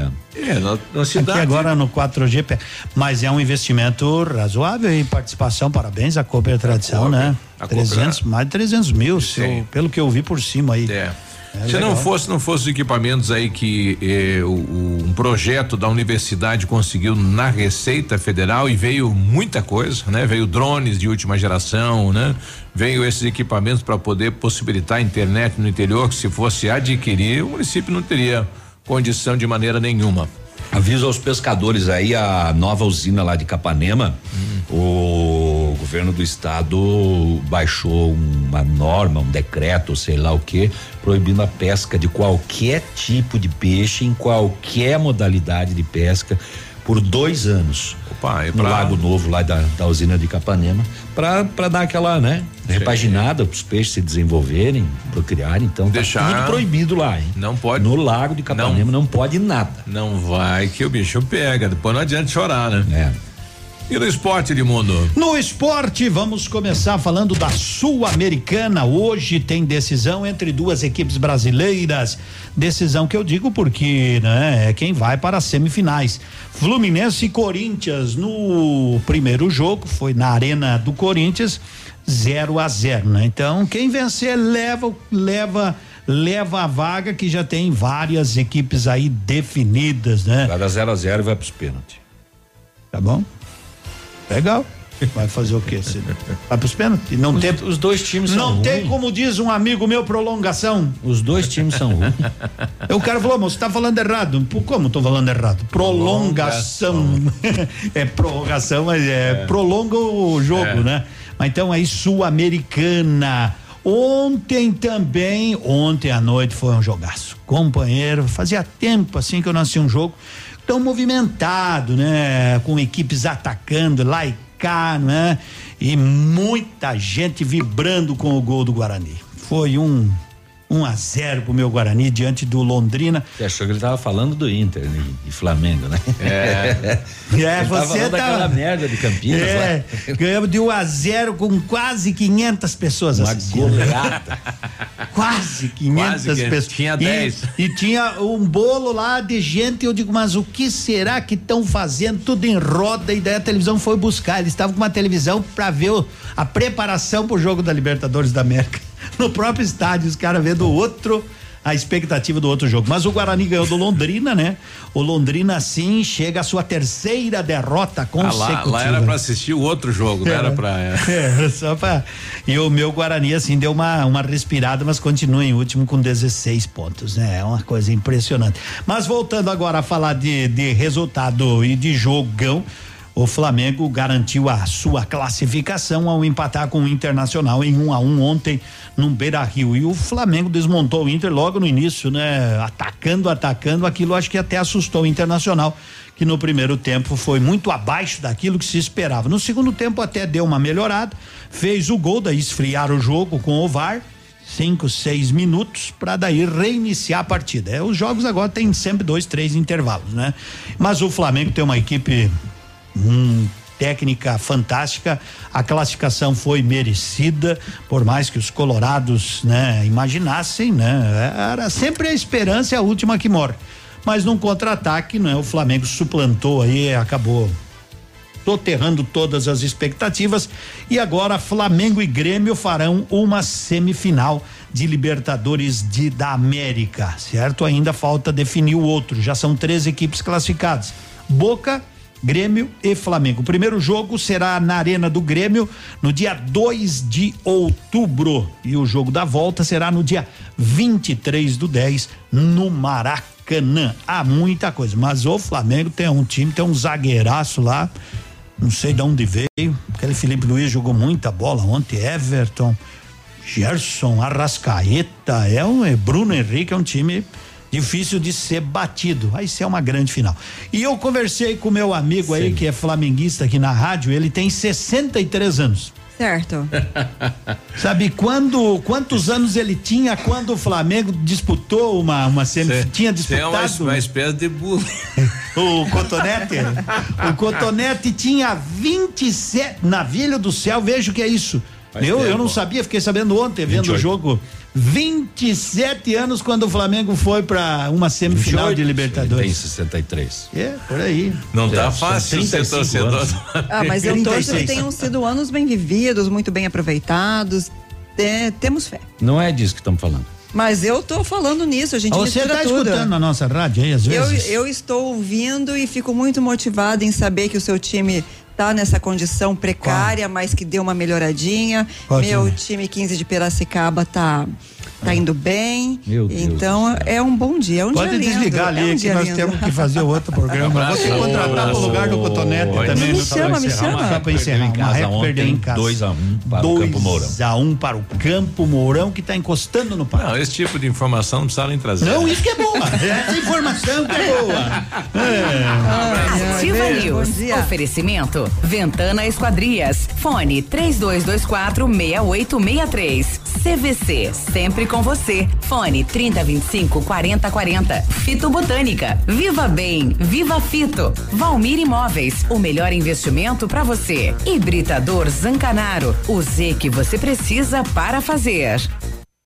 Na cidade. Aqui agora no 4G, mas é um investimento razoável e participação, parabéns à Cooper Tradição, né? Mais de 300 mil, pelo que eu vi por cima aí. Se não fosse os equipamentos aí que um projeto da universidade conseguiu na Receita Federal e veio muita coisa, né? Veio drones de última geração, né? Veio esses equipamentos para poder possibilitar a internet no interior, que se fosse adquirir, o município não teria condição de maneira nenhuma. Aviso aos pescadores aí, a nova usina lá de Capanema, o governo do estado baixou uma norma, um decreto, sei lá o que, proibindo a pesca de qualquer tipo de peixe em qualquer modalidade de pesca por 2 anos. No Lago Novo lá da usina de Capanema, para dar aquela, né? Repaginada para os peixes se desenvolverem, procriarem, então deixar tá tudo proibido lá, hein? Não pode. No Lago de Capanema não pode nada. Não vai que o bicho pega, depois não adianta chorar, né? E no esporte, Edmundo? No esporte, vamos começar falando da Sul-Americana. Hoje tem decisão entre 2 equipes brasileiras. Decisão que eu digo porque, né, é quem vai para as semifinais. Fluminense e Corinthians. No primeiro jogo, foi na Arena do Corinthians, 0-0, né? Então, quem vencer leva a vaga, que já tem várias equipes aí definidas, né? Vai dar 0-0 e vai pros pênaltis. Tá bom? Legal. Vai fazer o quê? Vai pros pênaltis? Não tem. Os dois times são Não tem, como diz um amigo meu, prolongação. Os dois times são ruins. O cara falou, mas você tá falando errado. Como tô falando errado? Prolongação. É prorrogação, mas prolonga o jogo, né? Mas então aí, Sul-Americana. Ontem à noite foi um jogaço. Companheiro, fazia tempo assim que eu não assistia um jogo tão movimentado, né? Com equipes atacando lá e cá, né? E muita gente vibrando com o gol do Guarani. Foi 1-0 pro meu Guarani diante do Londrina. Você achou que ele tava falando do Inter e Flamengo, né? Você daquela merda de Campinas lá. Ganhamos de 1-0 com quase 500 pessoas assistindo. Goleada. Quase 500 pessoas. Tinha 10. E tinha um bolo lá de gente, eu digo, mas o que será que estão fazendo? Tudo em roda, e daí a televisão foi buscar. Eles estavam com uma televisão para ver a preparação pro jogo da Libertadores da América. No próprio estádio, os caras vendo a expectativa do outro jogo. Mas o Guarani ganhou do Londrina, né? O Londrina, sim, chega à sua terceira derrota consecutiva. Lá era pra assistir o outro jogo, não era pra. Só pra. E o meu Guarani, assim, deu uma respirada, mas continua em último com 16 pontos, né? É uma coisa impressionante. Mas voltando agora a falar de resultado e de jogão. O Flamengo garantiu a sua classificação ao empatar com o Internacional em 1-1 ontem no Beira-Rio. E o Flamengo desmontou o Inter logo no início, né? Atacando, aquilo acho que até assustou o Internacional, que no primeiro tempo foi muito abaixo daquilo que se esperava. No segundo tempo até deu uma melhorada, fez o gol, daí esfriar o jogo com o VAR, 5, 6 minutos para daí reiniciar a partida. Os jogos agora tem sempre 2, 3 intervalos, né? Mas o Flamengo tem uma equipe técnica fantástica, a classificação foi merecida, por mais que os colorados, né, imaginassem, né, era sempre a esperança é a última que morre, mas num contra-ataque, né, o Flamengo suplantou aí, acabou soterrando todas as expectativas, e agora Flamengo e Grêmio farão uma semifinal de Libertadores da América, certo? Ainda falta definir o outro, já são 3 equipes classificadas, Boca, Grêmio e Flamengo. O primeiro jogo será na Arena do Grêmio no dia 2 de outubro e o jogo da volta será no dia 23/10 no Maracanã. Há muita coisa, mas o Flamengo tem um time, tem um zagueiraço lá, não sei de onde veio, aquele Felipe Luiz jogou muita bola ontem, Everton, Gerson, Arrascaeta, Bruno Henrique, é um time difícil de ser batido. Vai ser uma grande final. E eu conversei com meu amigo aí, que é flamenguista aqui na rádio, ele tem 63 anos. Certo. Sabe quantos anos ele tinha quando o Flamengo disputou uma semifinal? Tinha disputado. É uma espécie de bullying. O Cotonete? O Cotonete tinha 27. Navilho do céu, veja o que é isso. Eu não sabia, fiquei sabendo ontem, 28. Vendo o jogo. 27 anos quando o Flamengo foi pra uma semifinal 28, de Libertadores. Tem 63. Por aí. Não tá fácil ser torcedor. Mas eu torço que tenham sido anos bem vividos, muito bem aproveitados. Temos fé. Não é disso que estamos falando. Mas eu tô falando nisso, a gente Você tá escutando a nossa rádio aí às vezes? Eu estou ouvindo e fico muito motivada em saber que o seu time tá nessa condição precária, mas que deu uma melhoradinha. Meu time 15 de Piracicaba tá indo bem. Meu Deus. Então é um bom dia, Pode dia desligar lindo. ali que nós temos que fazer outro programa. Vou te contratar pro lugar do Cotonete também. Me chama. Só pra encerrar. Perdeu em casa. 2-1 para o Campo Mourão. 2-1 para o Campo Mourão, que tá encostando no parque. Não, esse tipo de informação não precisa nem trazer. Não, isso que é boa. Essa informação que é boa. Ativa News. Oferecimento Ventana Esquadrias. Fone 3224-6863. CVC, sempre com você. Fone 3025-4040. Fito Botânica. Viva Bem, Viva Fito. Valmir Imóveis, o melhor investimento para você. Hibridador Zancanaro, o Z que você precisa para fazer.